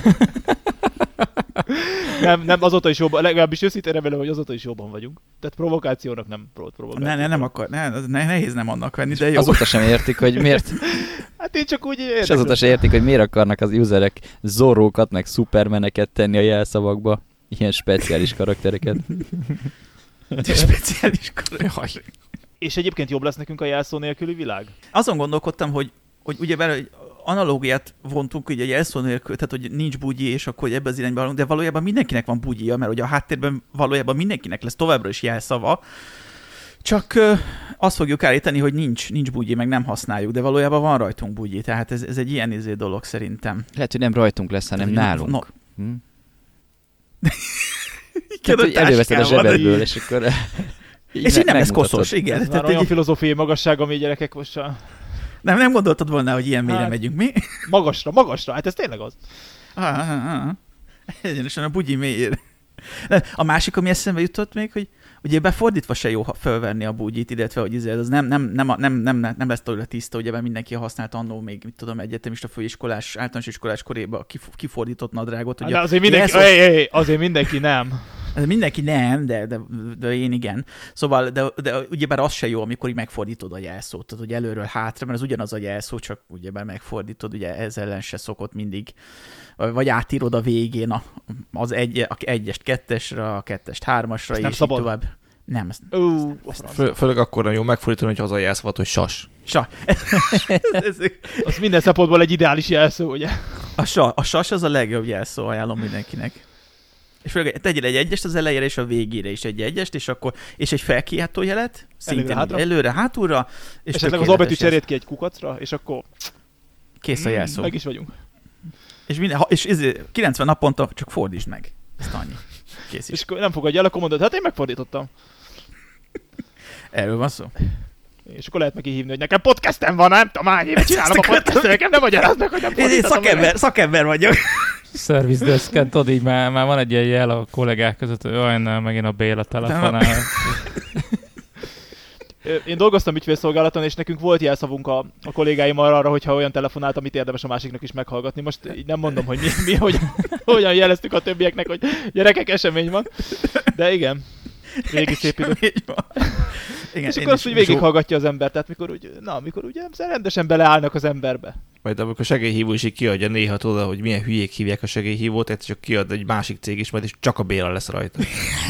nem, azóta is jobban, legalábbis őszintén remélem, hogy azóta is jobban vagyunk. Tehát provokációnak nem provokáció. Nem akar, nehéz nem annak venni, de jó. Azóta sem értik, hogy miért. Hát én csak úgy És azóta sem értik, hogy miért akarnak az userek Zorrókat, meg Supermeneket tenni a jelszavakba. Ilyen speciális karaktereket. Speciális karakterek. És egyébként jobb lesz nekünk a jelszó nélküli világ? Azon gondolkodtam, hogy ugyebár hogy analógiát vontunk ugye a jelszó nélkül, tehát hogy nincs bugyi, és akkor ebbe az irányba, de valójában mindenkinek van bugyija, mert ugye a háttérben valójában mindenkinek lesz továbbra is jelszava, csak azt fogjuk állítani, hogy nincs bugyi, meg nem használjuk, de valójában van rajtunk bugyi, tehát ez egy ilyen dolog szerintem. Lehet, hogy nem rajtunk lesz, hanem nálunk. No. Tehát, hogy előveszed a zsebedből, és akkor... És így nem lesz koszos, igen. Ez már olyan filozófiai magasság, ami gyerekek most Nem gondoltad volna, hogy ilyen mélyre megyünk, mi? Magasra, hát ez tényleg az. Egyenesen a bugyi mélyére. A másik, ami eszembe jutott még, hogy ugye befordítva se jó felvenni a bugyit, illetve hogy az nem lesz tőle tiszta, ugye mert mindenki használta annó még, mit tudom, egyetemista főiskolás, általános iskolás korében kifordított nadrágot. Ugye, azért mindenki nem. Mindenki nem, de én igen. Szóval, de ugyebár az se jó, amikor így megfordítod a jelszót, tehát hogy előről hátra, mert az ugyanaz a jelszó, csak ugyebár megfordítod, ugye ez ellen se szokott mindig, vagy átírod a végén az egyest kettesre, a kettest hármasra, és nem így szabad. tovább. Nem. Főleg akkor nem jó megfordítani, hogy az a jelszó hogy sas. Az minden szempontból egy ideális jelszó, ugye? A sas az a legjobb jelszó, ajánlom mindenkinek. És főleg tegyél egy egyest az elejére és a végére is egy egyest, és egy felkiáltó jelet, szintén előre, hátulra. És esetleg az albetű cserét ki egy kukacra, és akkor kész a jelszó. Meg is vagyunk. És 90 naponta csak fordítsd meg. Ezt annyi. Kész is. És akkor nem fogadja el, akkor mondod, hát én megfordítottam. Erről van szó. És akkor lehet neki hívni, hogy nekem podcastem van, nem tudom, hány éve csinálom a podcastet, nekem nem magyarázd meg, hogy nem fordítottam. Én szakember vagyok. Service desken, tudod így már van egy ilyen jel a kollégák között, hogy olyan, megint a Béla telefonál. Én dolgoztam ügyfélszolgálaton, és nekünk volt jelszavunk a kollégáimmal arra, hogyha olyan telefonált, amit érdemes a másiknak is meghallgatni. Most így nem mondom, hogy mi hogyan jeleztük a többieknek, hogy gyerekek, esemény van. De igen, régi szép idő. És akkor azt úgy végighallgatja az ember, tehát mikor ugye rendesen beleállnak az emberbe. Majd amikor a segélyhívó is így kiadja néha, tudod, hogy milyen hülyék hívják a segélyhívót, tehát csak kiad egy másik cég is, majd és csak a Béla lesz rajta.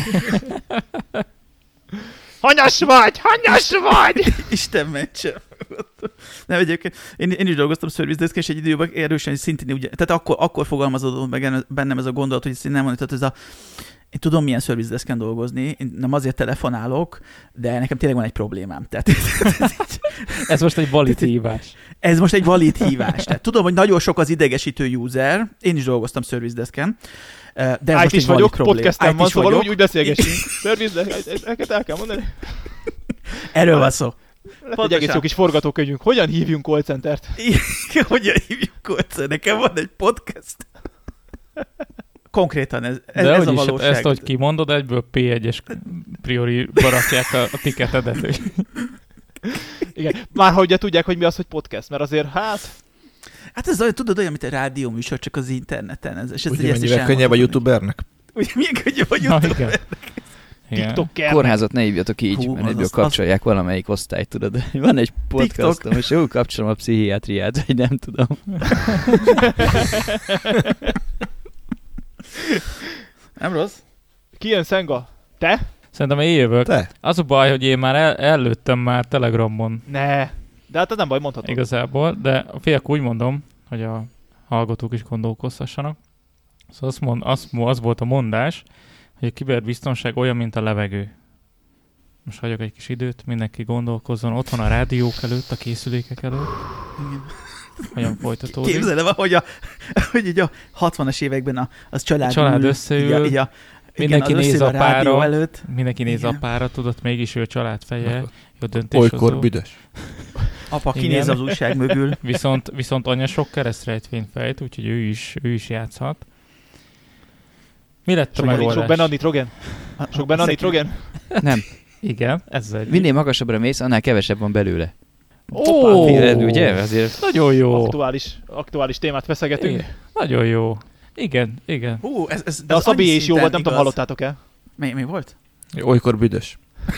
Hanyas vagy! Isten mentse. Nem, egyébként én is dolgoztam service desk, és egy időben erősen szintén ugye, tehát akkor fogalmazódott meg bennem ez a gondolat, hogy nem mondani, tehát én tudom, milyen service desken dolgozni, én nem azért telefonálok, de nekem tényleg van egy problémám. Tehát, ez most egy valid hívás. Ez most egy valid hívás. Tehát tudom, hogy nagyon sok az idegesítő user, én is dolgoztam service desken, de ez most is vagyok, podcastem van, szóval úgy beszélgessünk. Service desk, el kell mondani. Erről van szó. Egy egész jó kis forgatókönyvünk. Hogyan hívjunk call centert? Hogyan hívjuk call centert? Nekem van egy podcast. Konkrétan ez a valóság. Ezt, hogy kimondod, egyből P1-es priori barakják a tiketedet. Igen, már ha ugye tudják, hogy mi az, hogy podcast, mert azért Hát ez tudod olyan, mint egy rádióműsor, csak az interneten. Ugye mennyire könnyebb a youtubernek? Ugye milyen könnyebb a youtubernek? TikToker. Kórházat ne hívjatok így, mert egyből kapcsolják valamelyik osztályt, tudod. Van egy podcastom, és jól kapcsolom a pszichiátriát, vagy nem tudom. Nem rossz? Ki jön, Szenga? Te? Szerintem én jövök. Te? Az a baj, hogy én már előttem már Telegramon. Ne. De hát nem baj, mondhatod. Igazából, de a fiak úgy mondom, hogy a hallgatók is gondolkozhassanak. Szóval az volt a mondás, hogy a kiberbiztonság olyan, mint a levegő. Most hagyok egy kis időt, mindenki gondolkozzon otthon a rádiók előtt, a készülékek előtt. Igen. Hogyan folytatódik. Képzelem, hogy így a 60-as években az család összeül, így mindenki néz apára, előtt. Mindenki néz apára, tudod, mégis ő a családfeje, jó döntéshozó. Olykor büdös. Apa kinéz az újság mögül. Viszont anya sok keresztrejtvényt fejt, úgyhogy ő is játszhat. Mi lett a megoldás? Sok benne a nitrogen? Sok benne a nitrogen? Nem. Igen, ez egy... Minél magasabbra mész, annál kevesebb van belőle. Ó, Ugye? Azért... nagyon jó. Aktuális témát feszegetünk. Igen, nagyon jó. Igen. De a Szabi is jó volt, nem tudom, hallottátok-e? Mi volt? Olykor büdös.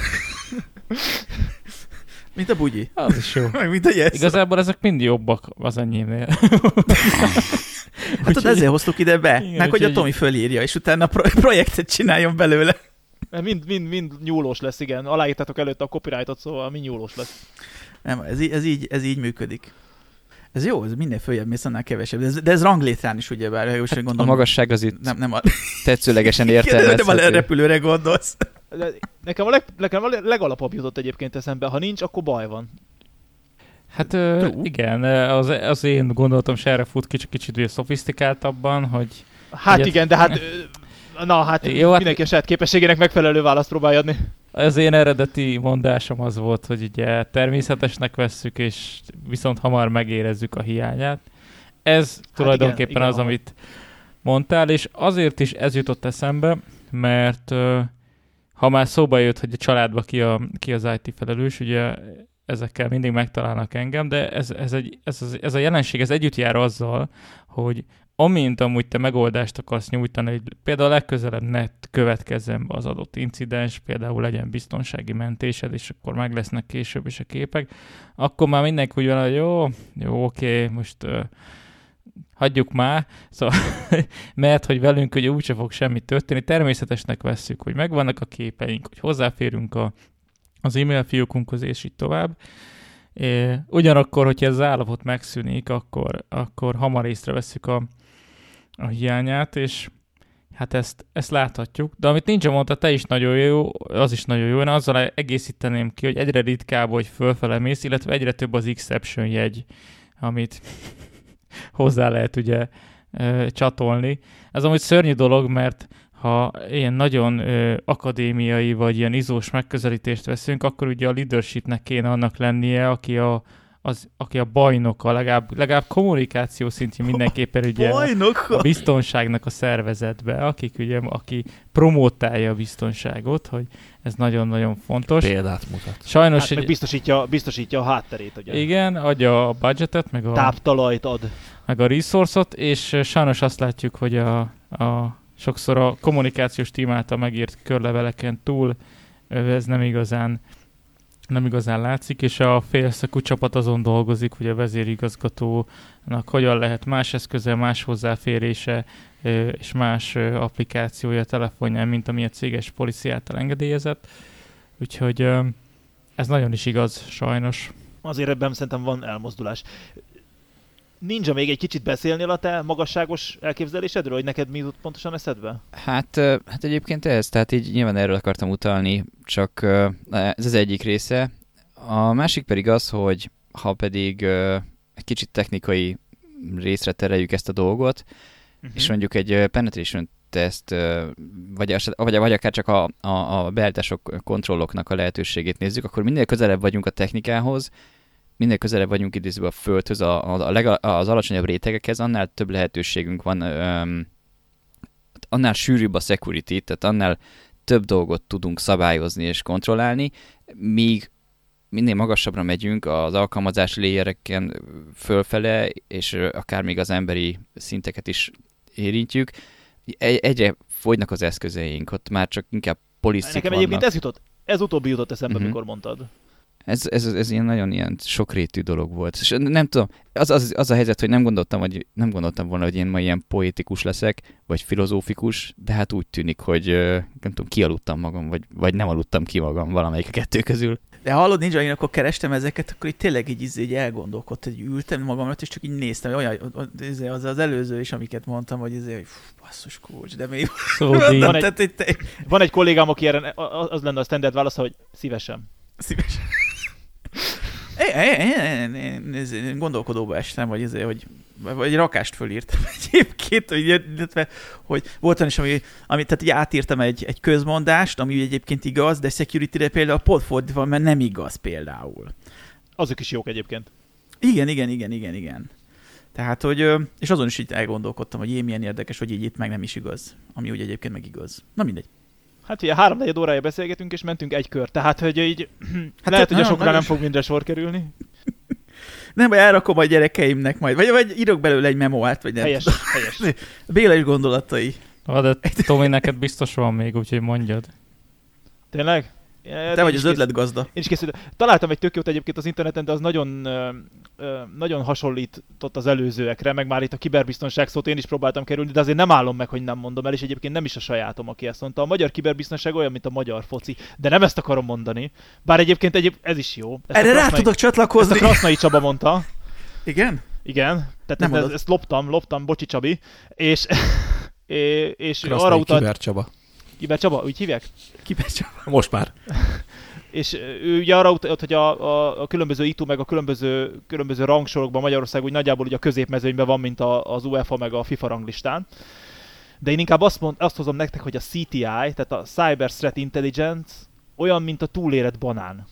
Mint a bugyi. Az is jó. Meg mint a yes. Igazából ezek mind jobbak az enyémnél. Hát ezért hoztuk ide be, igen, meg hogy a Tomi fölírja, és utána projektet csináljon belőle. Mind nyúlós lesz, igen. Aláírtátok előtte a copyrightot, szóval mind nyúlós lesz. Nem, ez így működik. Ez jó, ez minél följebb mész, annál kevesebb. De ez ranglétrán is ugyebár. Hát gondolom, a magasság az itt nem tetszőlegesen értelmezhető. Nem a repülőre gondolsz. Nekem a legalapabb jutott egyébként eszembe. Ha nincs, akkor baj van. Hát igen, az én gondolatom se erre fut kicsit szofisztikáltabban, hogy... Hát ugye, igen, de hát... Jó, mindenki a saját képességének megfelelő választ próbálja adni. Az én eredeti mondásom az volt, hogy ugye természetesnek vesszük, és viszont hamar megérezzük a hiányát. Ez tulajdonképpen igen, az, amit mondtál, és azért is ez jutott eszembe, mert ha már szóba jött, hogy a családban ki az IT felelős, ugye ezekkel mindig megtalálnak engem, de ez a jelenség, ez együtt jár azzal, hogy amint amúgy te megoldást akarsz nyújtani, hogy például a legközelebb ne következzen be az adott incidens, például legyen biztonsági mentésed, és akkor meg lesznek később is a képek, akkor már mindenki úgy van, hogy jó, oké, most hagyjuk már, szóval, mert hogy velünk ugye úgyse fog semmi történni, természetesnek vesszük, hogy megvannak a képeink, hogy hozzáférünk az e-mail fiókunkhoz, és így tovább. Ugyanakkor, hogyha ez az állapot megszűnik, akkor hamar észrevesszük a hiányát, és hát ezt láthatjuk. De amit Ninja mondta, te is nagyon jó, az is nagyon jó. Én azzal egészíteném ki, hogy egyre ritkább, hogy fölfele mész, illetve egyre több az exception jegy, amit hozzá lehet ugye csatolni. Ez amúgy szörnyű dolog, mert ha ilyen nagyon akadémiai vagy ilyen izós megközelítést veszünk, akkor ugye a leadershipnek kéne annak lennie, aki a bajnoka, legalább kommunikáció szintjén mindenképpen ugye a biztonságnak a szervezetbe, aki promotálja a biztonságot, hogy ez nagyon-nagyon fontos. Példát mutat. Sajnos meg biztosítja a hátterét, ugye? Igen, adja a budgetet, meg a táptalajt ad. Meg a resource-ot, és sajnos azt látjuk, hogy sokszor a kommunikációs tím által megírt körleveleken túl ez nem igazán látszik, és a félszakú csapat azon dolgozik, hogy a vezérigazgatónak hogyan lehet más eszköze, más hozzáférése és más applikációja telefonján, mint ami a céges policy által engedélyezett. Úgyhogy ez nagyon is igaz, sajnos. Azért ebben szerintem van elmozdulás. Ninja, még egy kicsit beszélnél a te magasságos elképzelésedről, hogy neked mi jutott pontosan eszedbe? Hát egyébként ez, tehát így nyilván erről akartam utalni, csak ez az egyik része. A másik pedig az, hogy ha pedig egy kicsit technikai részre tereljük ezt a dolgot, és mondjuk egy penetration teszt, vagy akár csak a beállítások, kontrolloknak a lehetőségét nézzük, akkor minél közelebb vagyunk a technikához, minél közelebb vagyunk idézőben a földhöz, az alacsonyabb rétegekhez, annál több lehetőségünk van, annál sűrűbb a security, tehát annál több dolgot tudunk szabályozni és kontrollálni, míg minél magasabbra megyünk az alkalmazás layereken fölfele, és akár még az emberi szinteket is érintjük, egyre fogynak az eszközeink, ott már csak inkább policy vannak. Nekem egyébként ez utóbbi jutott eszembe, mikor mondtad. Ez ilyen nagyon ilyen sokrétű dolog volt. És nem tudom, az a helyzet, hogy nem gondoltam volna, hogy én ma ilyen poétikus leszek, vagy filozófikus, de hát úgy tűnik, hogy nem tudom, kialudtam magam, vagy nem aludtam ki magam valamelyik a kettő közül. De hallod, Ninja, én akkor kerestem ezeket, akkor így tényleg így elgondolkodtam, hogy ültem magamat, és csak így néztem, olyan, az előző is, amiket mondtam, hogy basszus coach, de még... Van egy kollégám, aki erre az lenne a standard válasz, hogy szívesen. Én gondolkodóba estem, vagy rakást fölírtam egyébként, illetve, hogy volt olyan is, ami tehát így átírtam egy közmondást, ami egyébként igaz, de security-re például pont fordítva, mert nem igaz például. azok is jók egyébként. Igen. Tehát, hogy, és azon is így elgondolkodtam, hogy milyen érdekes, hogy így itt meg nem is igaz. Ami úgy egyébként meg igaz. Na mindegy. Hát ugye 3-4 órája beszélgetünk, és mentünk egy kör. Tehát, hogy így lehet, hogy a sokra nem fog mindre sor kerülni. Nem, vagy elrakom a gyerekeimnek majd. Vagy írok belőle egy memoárt, vagy nem. Helyes. Béla is gondolatai. De Tomi, neked biztos van még, úgyhogy mondjad. Tényleg? Te vagy az ötletgazda. Én is készültem. Találtam egy tök jót egyébként az interneten, de az nagyon hasonlított az előzőekre, meg már itt a kiberbiztonság szót én is próbáltam kerülni, de azért nem állom meg, hogy nem mondom el, és egyébként nem is a sajátom, aki ezt mondta. A magyar kiberbiztonság olyan, mint a magyar foci, de nem ezt akarom mondani. Bár egyébként ez is jó. Erre rá tudok csatlakozni. Ezt a Krasznai Csaba mondta. Igen? Igen. Tehát ezt loptam, bocsi Csabi. És Krasznai arra utalt... Kibercsaba. Kibercsaba, úgy hívják? Kibercsaba. Most már. És ő ugye arra utalt, hogy a különböző ITU meg a különböző rangsorokban Magyarország úgy nagyjából ugye a középmezőnyben van, mint az UEFA meg a FIFA ranglistán. De én inkább azt hozom nektek, hogy a CTI, tehát a Cyber Threat Intelligence olyan, mint a túlérett banán.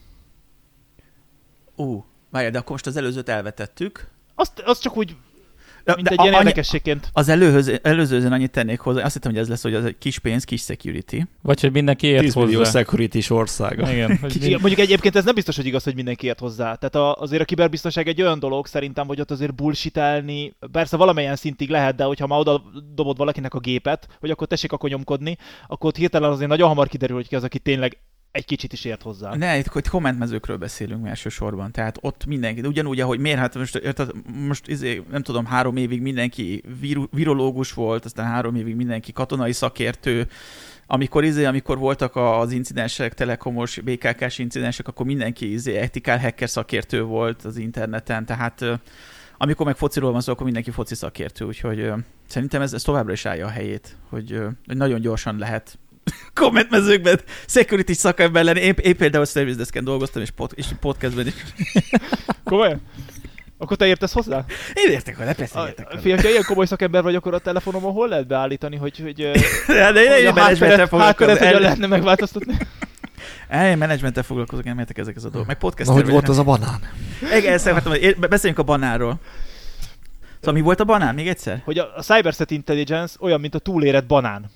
Várjál, de akkor most az előzőt elvetettük. Azt csak úgy, mint egy ilyen érdekességként. Az előzőzen annyit tennék hozzá, azt hittem, hogy ez lesz, hogy az egy kis pénz, kis security. Vagy hogy mindenki ért 10 millió hozzá. security-s országa. Igen. Mondjuk egyébként ez nem biztos, hogy igaz, hogy mindenki ért hozzá. Tehát azért a kiberbiztonság egy olyan dolog szerintem, hogy ott azért bullshitelni, persze valamilyen szintig lehet, de hogyha már oda dobod valakinek a gépet, hogy akkor tessék akkor nyomkodni, akkor ott hirtelen azért nagyon hamar kiderül, hogy ki az, aki tényleg egy kicsit is ért hozzá. Ne, itt kommentmezőkről beszélünk elsősorban. Tehát ott mindenki, ugyanúgy, ahogy miért, hát most nem tudom, 3 évig mindenki virológus volt, aztán 3 évig mindenki katonai szakértő. Amikor voltak az incidensek, telekomos, BKK-s incidensek, akkor mindenki ethical hacker szakértő volt az interneten, tehát amikor meg fociról van szó, akkor mindenki foci szakértő, úgyhogy szerintem ez továbbra is állja a helyét, hogy nagyon gyorsan lehet kommentmezőkben security szakember lenni. Én például Service Desken dolgoztam, és podcastben is. Komolyan? Akkor te értesz hozzá? Én értek hozzá, persze értek hozzá. Fiam, ha ilyen komoly szakember vagy, akkor a telefonomon hol lehet beállítani, hogy de én menedzsmenttel foglalkozom. Hogyan lehetne megváltoztatni? Én menedzsmenttel foglalkozok, nem értek ezek a dolgok. Meg podcaster. Hogy volt az a banán? Beszéljünk a banánról. Szóval mi volt a banán? Még egyszer? Hogy a Cyber Threat Intelligence olyan, mint a túlérett banán.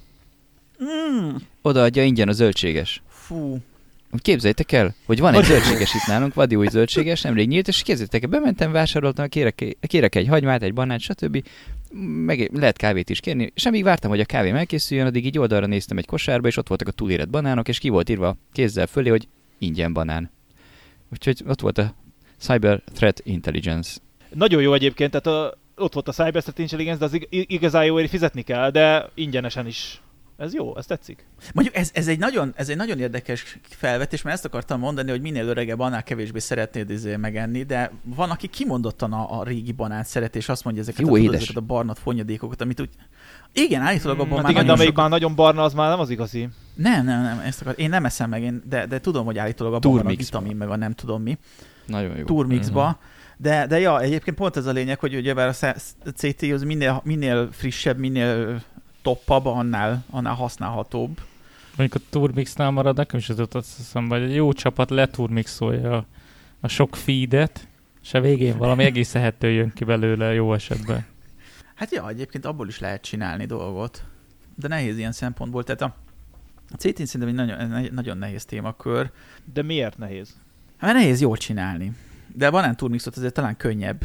Odaadja ingyen a zöldséges. Fú. Képzeljétek el, hogy van egy zöldséges itt nálunk, vadi új zöldséges, nemrég nyílt, és képzeljétek el, bementem, vásároltam, kérek egy hagymát, egy banánt, stb. Meg lehet kávét is kérni, és amíg vártam, hogy a kávém elkészüljön, addig így oldalra néztem egy kosárba, és ott voltak a túlérett banánok, és ki volt írva kézzel fölé, hogy ingyen banán. Úgyhogy ott volt a Cyber Threat Intelligence. Nagyon jó egyébként, tehát ott volt a Cyber Threat Intelligence, de az igazán jó, hogy fizetni kell, de ingyenesen is. Ez jó, ez tetszik. Mondjuk ez egy nagyon érdekes felvetés, mert ezt akartam mondani, hogy minél öregebb, annál kevésbé szeretnéd megenni, de van, aki kimondottan a régi banánt szeret, és azt mondja ezeket a barna fonyadékokat, amit úgy... Igen, állítólag abban már igen, de amelyik már nagyon barna, az már nem az igazi. Nem, én nem eszem meg, de tudom, hogy állítólag abban van a vitamin, meg a nem tudom mi. Nagyon jó. Turmixba. De ja, egyébként pont ez a lényeg, hogy ugye a CT az minél frissebb, minél toppabb, annál használhatóbb. Mondjuk a Turmixnál marad, nekem is jutott azt hiszem, hogy egy jó csapat leturmixolja a sok feedet, és a végén valami egész ehető jön ki belőle jó esetben. Hát ja, egyébként abból is lehet csinálni dolgot, de nehéz ilyen szempontból. Tehát a CT-n szerintem egy nagyon nehéz témakör. De miért nehéz? Hát nehéz jól csinálni. De a banán turmixot azért talán könnyebb.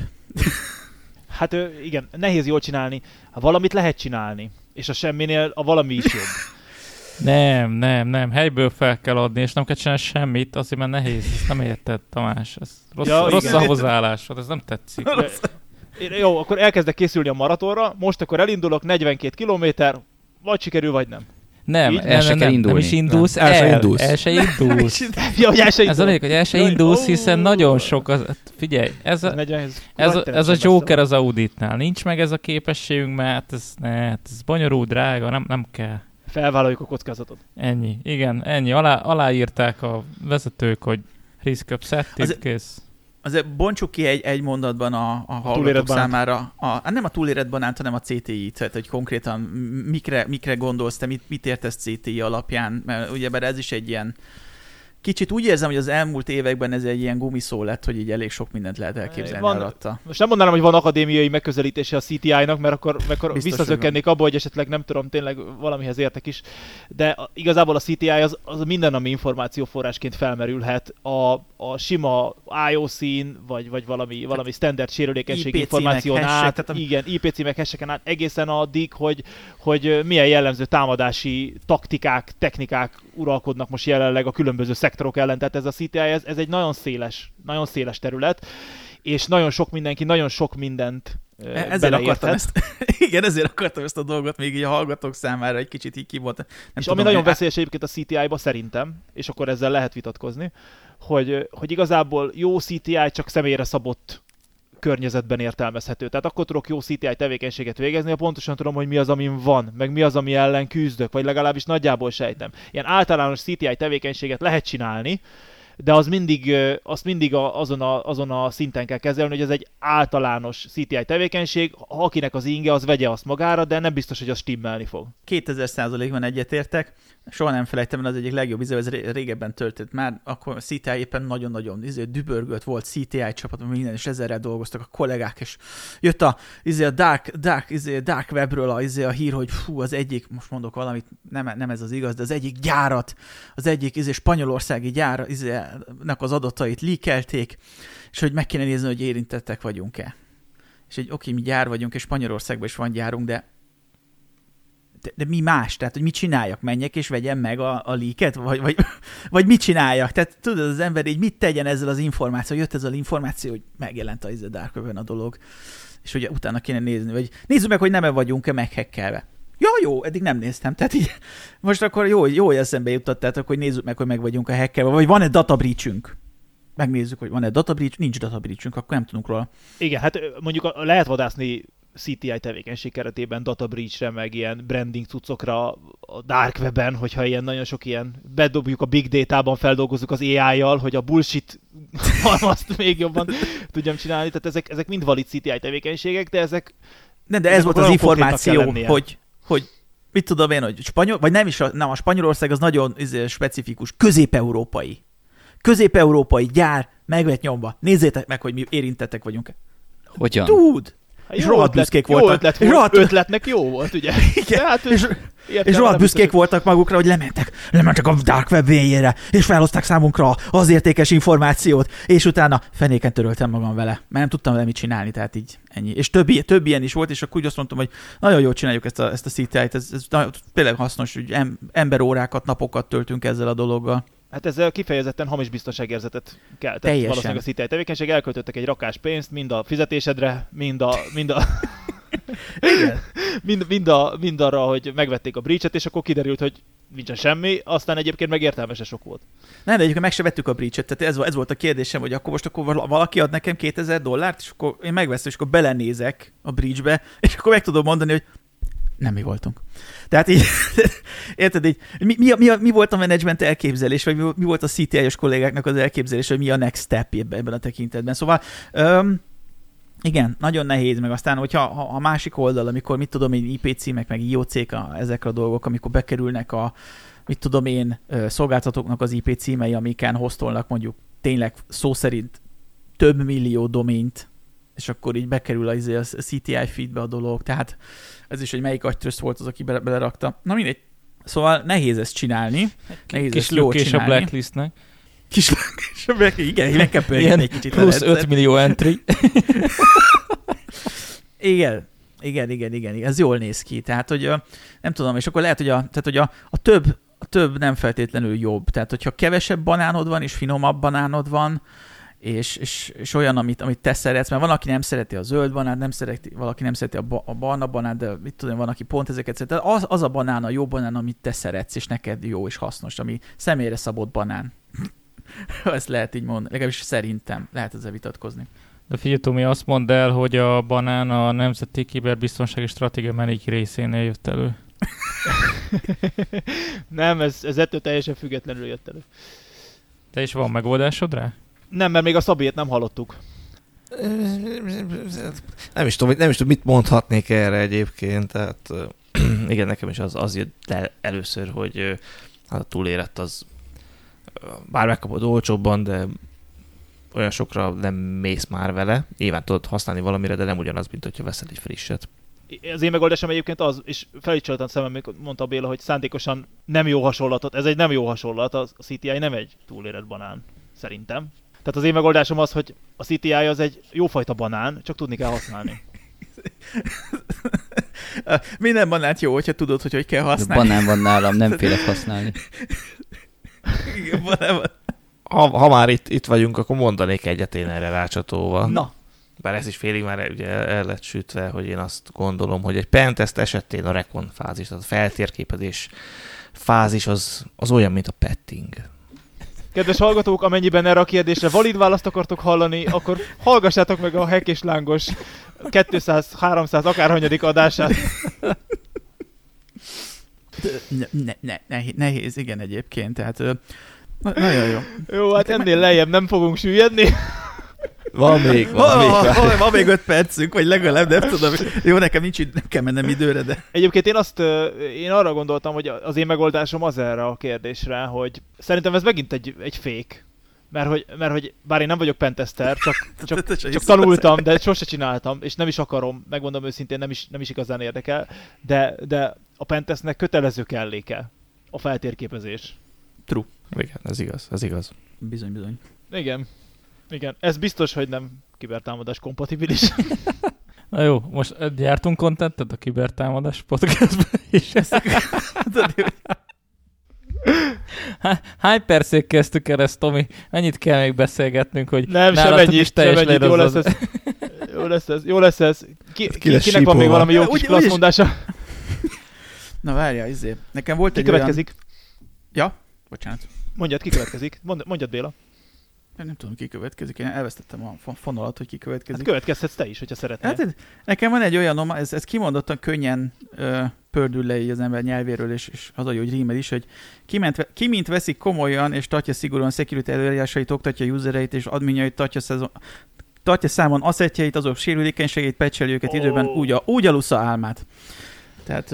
Hát igen, nehéz jól csinálni. Ha valamit lehet csinálni, és a semminél a valami is jobb. Nem. Helyből fel kell adni, és nem kell csinálni semmit, azért mert nehéz. Ezt nem érted, Tamás. Ez rossz a hozzáállásod, ez nem tetszik. Jó, akkor elkezdek készülni a maratonra, most akkor elindulok 42 kilométer, vagy sikerül, vagy nem. Nem is indulsz, el se indulsz. Ja, hogy el se indulsz. Ez a lényeg, hogy el se indulsz, hiszen nagyon sok az... Figyelj, ez a Joker az Auditnál. Nincs meg ez a képességünk, mert ez bonyolult, drága, nem kell. Felvállaljuk a kockázatot. Ennyi, igen, ennyi. Aláírták a vezetők, hogy risk up kész. Azért bontsuk ki egy mondatban a hallgatók számára. Nem a túlérett banánt, hanem a CTI-t, tehát hogy konkrétan mikre gondolsz te, mit értesz CTI alapján, mert ugyebár ez is egy ilyen kicsit úgy érzem, hogy az elmúlt években ez egy ilyen gumiszó lett, hogy így elég sok mindent lehet elképzelni alatta. Most nem mondanám, hogy van akadémiai megközelítése a CTI-nak, mert akkor visszazökkennék abba, hogy esetleg nem tudom, tényleg valamihez értek is. De igazából a CTI az minden, ami információforrásként felmerülhet a sima iOS-in, vagy valami standard sérülékenység információn át, igen, IP címek, hasheken át, egészen addig, hogy milyen jellemző támadási taktikák, technikák uralkodnak most jelenleg a különböző szektorok ellen. Tehát ez a CTI, ez egy nagyon széles terület, és nagyon sok mindenki, nagyon sok mindent ezért akartam ezért akartam ezt a dolgot még így a hallgatók számára egy kicsit így kimondani. És ami nagyon veszélyes egyébként a CTI-ba szerintem, és akkor ezzel lehet vitatkozni, hogy igazából jó CTI csak személyre szabott környezetben értelmezhető. Tehát akkor tudok jó CTI tevékenységet végezni, ha pontosan tudom, hogy mi az, amin van, meg mi az, ami ellen küzdök, vagy legalábbis nagyjából sejtem. Ilyen általános CTI tevékenységet lehet csinálni, de azt mindig azon a szinten kell kezelni, hogy ez egy általános CTI tevékenység, akinek az inge, az vegye azt magára, de nem biztos, hogy az stimmelni fog. 2000%-ban egyetértek, soha nem felejtem, az egyik legjobb ez régebben történt már, akkor a CTI éppen nagyon-nagyon dübörgött volt, CTI csapat, minden, és ezerrel dolgoztak a kollégák, és jött a dark webről a hír, hogy az egyik, most mondok valamit, nem ez az igaz, de az egyik gyárat, az egyik spanyolországi gyárnak az adatait leakelték, és hogy meg kéne nézni, hogy érintettek vagyunk-e. És hogy oké, mi gyár vagyunk, és Spanyolországban is van gyárunk, de mi más? Tehát, hogy mit csináljak? Menjek és vegyem meg a leaket? Vagy mit csináljak? Tehát tudod, az ember így mit tegyen ezzel az információ? Jött ez az információ, hogy megjelent a Dark Web-en a dolog, és hogy utána kéne nézni, vagy nézzük meg, hogy nem vagyunk-e meghekkelve. Ja, jó, eddig nem néztem. Tehát így, most akkor jó, hogy eszembe juttattátok, hogy nézzük meg, hogy meg vagyunk a hackelve, vagy van-e data breach-ünk? Megnézzük, hogy van-e data breach, nincs data breach-ünk, akkor nem tudunk róla. Igen, hát mondjuk lehet vadászni CTI tevékenység keretében data breach-re, meg ilyen branding cuccokra a dark webben, hogyha ilyen nagyon sok ilyen bedobjuk a big data-ban, feldolgozzuk az AI-jal, hogy a bullshit halmazt még jobban tudjam csinálni. Tehát ezek mind valid CTI tevékenységek, de ezek... Nem, de ez volt az információ, hogy mit tudom én, hogy spanyol, vagy nem a Spanyolország az nagyon specifikus, közép-európai gyár, meg lett nyomva. Nézzétek meg, hogy mi érintettek vagyunk. Hogyan? Tud! És rohadt büszkék voltak. Ötletnek jó volt, ugye? Igen, hát, és rohadt büszkék voltak magukra, hogy lementek a dark web véjére, és felhozták számunkra az értékes információt, és utána fenéken töröltem magam vele, mert nem tudtam vele mit csinálni, tehát így ennyi. És több ilyen is volt, és akkor úgy azt mondtam, hogy nagyon jól csináljuk ezt a CTI-t, ez tényleg hasznos, hogy emberórákat, napokat töltünk ezzel a dologgal. Hát ezzel kifejezetten hamis biztonságérzetet kell. Tehát valószínűleg a CTI tevékenység, elköltöttek egy rakás pénzt, mind a fizetésedre, mind arra, hogy megvették a breach-et, és akkor kiderült, hogy nincsen semmi, aztán egyébként meg értelmesen sok volt. Nem, de egyébként meg se vettük a breach-et, tehát ez volt a kérdésem, hogy akkor valaki ad nekem $2000, és akkor én megveszem, és akkor belenézek a breach-be, és akkor meg tudom mondani, hogy nem mi voltunk. Tehát így, érted, így, mi volt a menedzsment elképzelés, vagy mi volt a CTI-os kollégáknak az elképzelés, hogy mi a next step ebben a tekintetben. Szóval igen, nagyon nehéz, meg aztán, hogyha a másik oldal, amikor mit tudom én, IP címek, meg IOC-k, ezek a dolgok, amikor bekerülnek a mit tudom én, szolgáltatóknak az IP címei, amiken hostolnak mondjuk tényleg szó szerint több millió domént, és akkor így bekerül a CTI feedbe a dolog, tehát ez is, hogy melyik agytröszt volt az, aki belerakta. Na mindegy. Szóval nehéz ezt csinálni. Nehéz kis ezt jól lukés csinálni. a blacklistnek. Kis lukés a blacklist, igen, meg kell pörgetni egy kicsit. Plusz 5 millió entry. Igen, ez jól néz ki. Tehát, hogy nem tudom, és akkor lehet, hogy a több nem feltétlenül jobb. Tehát, hogyha kevesebb banánod van, és finomabb banánod van, és olyan, amit te szeretsz, mert van, aki nem szereti a zöld banán, valaki nem szereti a barna banán, de mit tudom, van, aki pont ezeket szereti. Az a banán, a jó banán, amit te szeretsz, és neked jó és hasznos, ami személyre szabott banán. Ezt lehet így mondani, legalábbis szerintem lehet ezzel vitatkozni. De figyelj, Tomi, azt mondd el, hogy a banán a Nemzeti Kiberbiztonsági Stratégia melyik részénél jött elő? Nem, ez ettől teljesen függetlenül jött elő. Te is van megoldásod rá? Nem, mert még a Szabiét nem hallottuk. Nem is tudom, mit mondhatnék erre egyébként. Tehát igen, nekem is az jött először, hogy a túlérett az bár megkapod olcsóbban, de olyan sokra nem mész már vele. Nyilván tudod használni valamire, de nem ugyanaz, mint hogyha veszel egy frisset. Az én megoldásom egyébként az, és fel is csaltam szemem, amikor mondta Béla, hogy szándékosan nem jó hasonlatot. Ez egy nem jó hasonlat, a CTI nem egy túlérett banán, szerintem. Tehát az én megoldásom az, hogy a CTI az egy jófajta banán, csak tudni kell használni. Minden banánt jó, hogyha tudod, hogy kell használni. Banán van nálam, nem félek használni. Igen, banán van. Ha már itt vagyunk, akkor mondanék egyet én erre rácsatolva. Na. Bár ez is félig már ugye el lett sütve, hogy én azt gondolom, hogy egy pentest esetén a recon fázis, tehát a feltérképezés fázis az olyan, mint a petting. Kedves hallgatók, amennyiben erre a kérdésre valid választ akartok hallani, akkor hallgassátok meg a Hack és Lángos 200-300 akárhanyadik adását. Nehéz, igen egyébként, tehát nagyon jó. Jó, hát ennél lejjebb nem fogunk süllyedni. Van még 5 percünk, vagy legalább, nem tudom. Jó, nem kell mennem időre, de... Egyébként én arra gondoltam, hogy az én megoldásom az erre a kérdésre, hogy szerintem ez megint egy fake. Mert hogy bár én nem vagyok pentester, csak tanultam, de sose csináltam, és nem is akarom, megmondom őszintén, nem is igazán érdekel, de a pentestnek kötelező kelléke a feltérképezés. True. Igen, ez igaz. Bizony. Igen, ez biztos, hogy nem kibertámadás kompatibilis. Na jó, most gyártunk kontentet a kibertámadás podcastben is. Hány percig kezdtük el ezt, Tomi? Mennyit kell még beszélgetnünk, hogy nem, nálatok is teljes legyen Jó lesz ez. Kinek van még valami jó kis klasszmondása? Na várjál, nekem volt ki egy következik? Ja? Bocsánat. Mondjad, ki következik? Mondjad, Béla. Nem tudom, ki következik. Én elvesztettem a fonalat, hogy ki következik. Hát következhetsz te is, hogyha szeretnél. Hát, nekem van egy olyan, ez kimondottan könnyen pördül le így az ember nyelvéről, és az a jó, hogy rímel is, hogy ki mint veszik komolyan, és tartja szigorúan security előírásait, oktatja usereit, és adminjait, tartja számon asszetjeit, azok sérülékenységeit, patcheli őket időben, úgy alusza álmát. Tehát...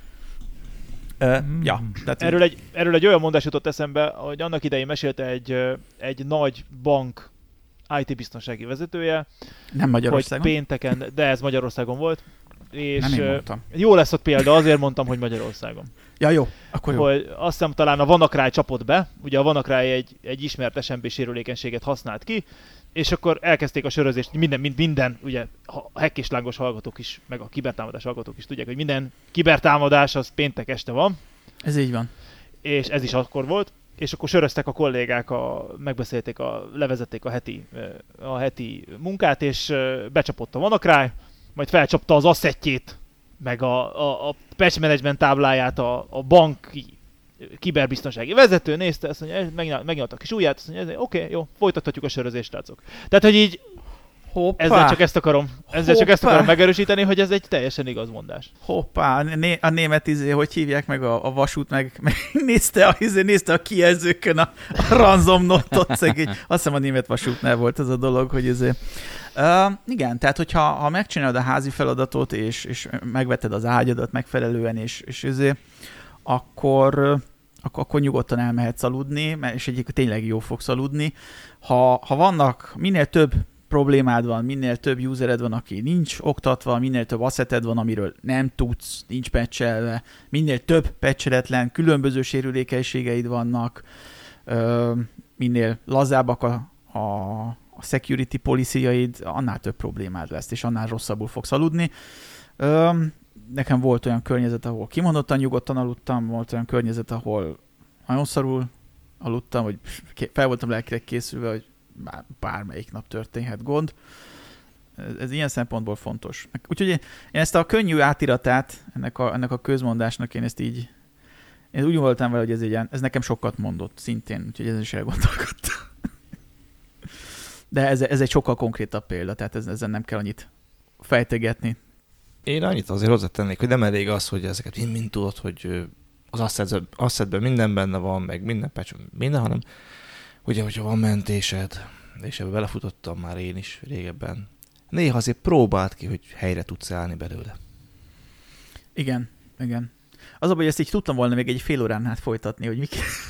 ja. Tehát erről egy olyan mondás jutott eszembe, hogy annak idején mesélte egy nagy bank IT biztonsági vezetője, nem Magyarországon. Hogy pénteken, de ez Magyarországon volt, és nem én mondtam. Jó lesz ott példa, azért mondtam, hogy Magyarországon. Ja, jó, akkor jó. Hogy azt hiszem talán a WannaCry csapott be, ugye a WannaCry egy ismert SMB sérülékenységet használt ki, és akkor elkezdték a sörözést, minden, ugye a Hack és Lángos hallgatók is, meg a kibertámadás hallgatók is tudják, hogy minden kibertámadás az péntek este van. Ez így van. És ez is akkor volt, és akkor söröztek a kollégák, megbeszélték, levezették a heti munkát, és becsapott a WannaCry, majd felcsapta az asszettjét, meg a patch management tábláját a banki kiberbiztonsági vezető, nézte, azt mondja, megnyalta a kis ujját, azt mondja, oké, jó, folytathatjuk a sörözést, látszok. Tehát, hogy így ezzel csak ezt akarom megerősíteni, hogy ez egy teljesen igaz mondás. Hoppá, a német hogy hívják meg a vasút, meg nézte a kijelzőkön a ransom notot, szegény. Azt hiszem a német vasútnál volt ez a dolog, hogy igen, tehát hogyha megcsinálod a házi feladatot, és megveted az ágyadat megfelelően, és akkor nyugodtan elmehetsz aludni, és egyébként tényleg jó fogsz aludni. Ha vannak, minél több problémád van, minél több usered van, aki nincs oktatva, minél több asszeted van, amiről nem tudsz, nincs patchelve, minél több patcheletlen, különböző sérülékenységeid vannak, minél lazábbak a security policy-jaid, annál több problémád lesz, és annál rosszabbul fogsz aludni. Nekem volt olyan környezet, ahol kimondottan nyugodtan aludtam, volt olyan környezet, ahol nagyon szarul aludtam, hogy fel voltam lelkileg készülve, hogy bármelyik nap történhet gond. Ez ilyen szempontból fontos. Úgyhogy én ezt a könnyű átiratát ennek a közmondásnak én úgy voltam vele, hogy ez nekem sokat mondott szintén, úgyhogy ezen is elgondolkodtam. De ez egy sokkal konkrétabb példa, tehát ezen nem kell annyit fejtegetni. Én annyit azért hozzátennék, hogy nem elég az, hogy ezeket mind tudod, hogy az assetben minden benne van, meg minden patch, minden, hanem ugye, hogyha van mentésed, és ebbe belefutottam már én is régebben, néha azért próbáld ki, hogy helyre tudsz állni belőle. Igen. Az a baj, hogy ezt így tudtam volna még egy fél órán át folytatni, hogy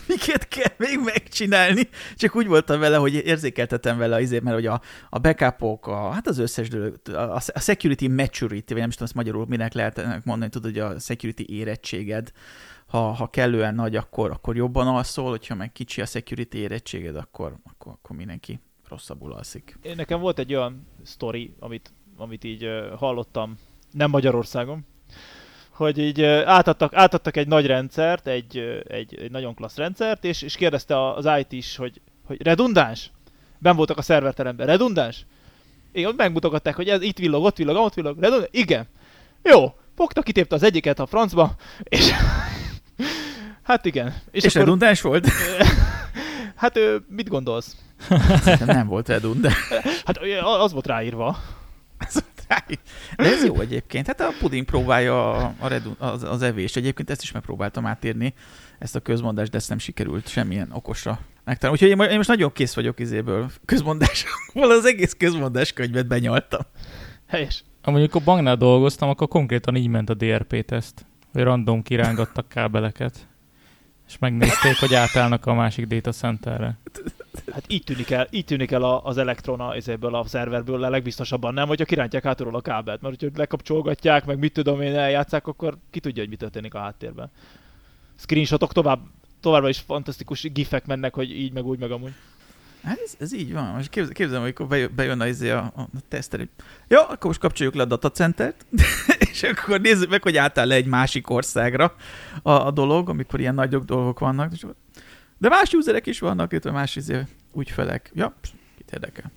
miket kell még megcsinálni. Csak úgy voltam vele, hogy érzékeltetem vele azért, mert hogy a backupok, hát az összes dolog, a security maturity, vagy nem is tudom, ezt magyarul minek lehet mondani, tudod, hogy a security érettséged, ha kellően nagy, akkor jobban alszol, hogyha meg kicsi a security érettséged, akkor mindenki rosszabbul alszik. Nekem volt egy olyan sztori, amit így hallottam, nem Magyarországon, hogy így átadtak egy nagy rendszert, egy nagyon klassz rendszert, és kérdezte az IT is, hogy redundáns? Benn voltak a szerverteremben. Redundáns? Igen, megmutogatták, hogy ez itt villog, ott villog, redundáns? Igen. Jó, fogta, kitépte az egyiket a francba, és hát igen. És akkor... redundáns volt? Hát mit gondolsz? Szerintem nem volt redundáns. Hát az volt ráírva. De ez jó egyébként. Hát a puding próbálja az evést. Egyébként ezt is megpróbáltam átírni, ezt a közmondást, de ezt nem sikerült semmilyen okosra megtalálni. Úgyhogy én most nagyon kész vagyok közmondásokból, az egész közmondáskönyvet benyaltam. Helyes. Amikor banknál dolgoztam, akkor konkrétan így ment a DRP-teszt, hogy random kirángattak kábeleket, és megnézték, hogy átállnak a másik data centerre. Hát így tűnik el az Electron ezéből a szerverből a legbiztosabban, nem, hogyha kirántják hátulról a kábelt, mert hogyha lekapcsolgatják, meg mit tudom én, eljátszák, akkor ki tudja, hogy mi történik a háttérben. Screenshotok továbbra is fantasztikus gifek mennek, hogy így, meg úgy, meg amúgy. Hát ez így van. Most képzelem, amikor bejön a teszter, hogy ja, akkor most kapcsoljuk le a datacentert, és akkor nézzük meg, hogy átáll le egy másik országra a dolog, amikor ilyen nagy dolgok vannak. De más userek is vannak, itt más ügyfelek. Ja, kit érdekel.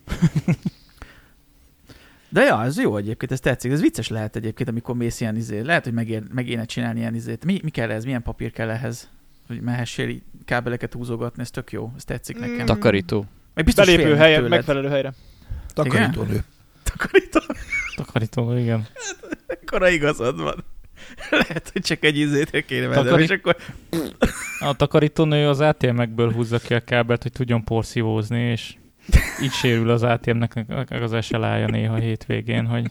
De ja, ez jó egyébként, ez tetszik. Ez vicces lehet egyébként, amikor mész ilyen lehet, hogy meg éne csinálni ilyen Mi kell ez? Milyen papír kell ehhez? Hogy mehessél így kábeleket húzogatni, ez tök jó. Ez tetszik nekem. Takarító. Meg biztos belépő helye, megfelelő helyre. Takarítónő. Takarító, igen. Ekkora igazad van. Lehet, hogy csak egy izét kéne vennem, és akkor... A takarítónő az ATM-ekből húzza ki a kábelt, hogy tudjon porszívózni, és így sérül az ATM-nek az SLA-ja néha hétvégén, hogy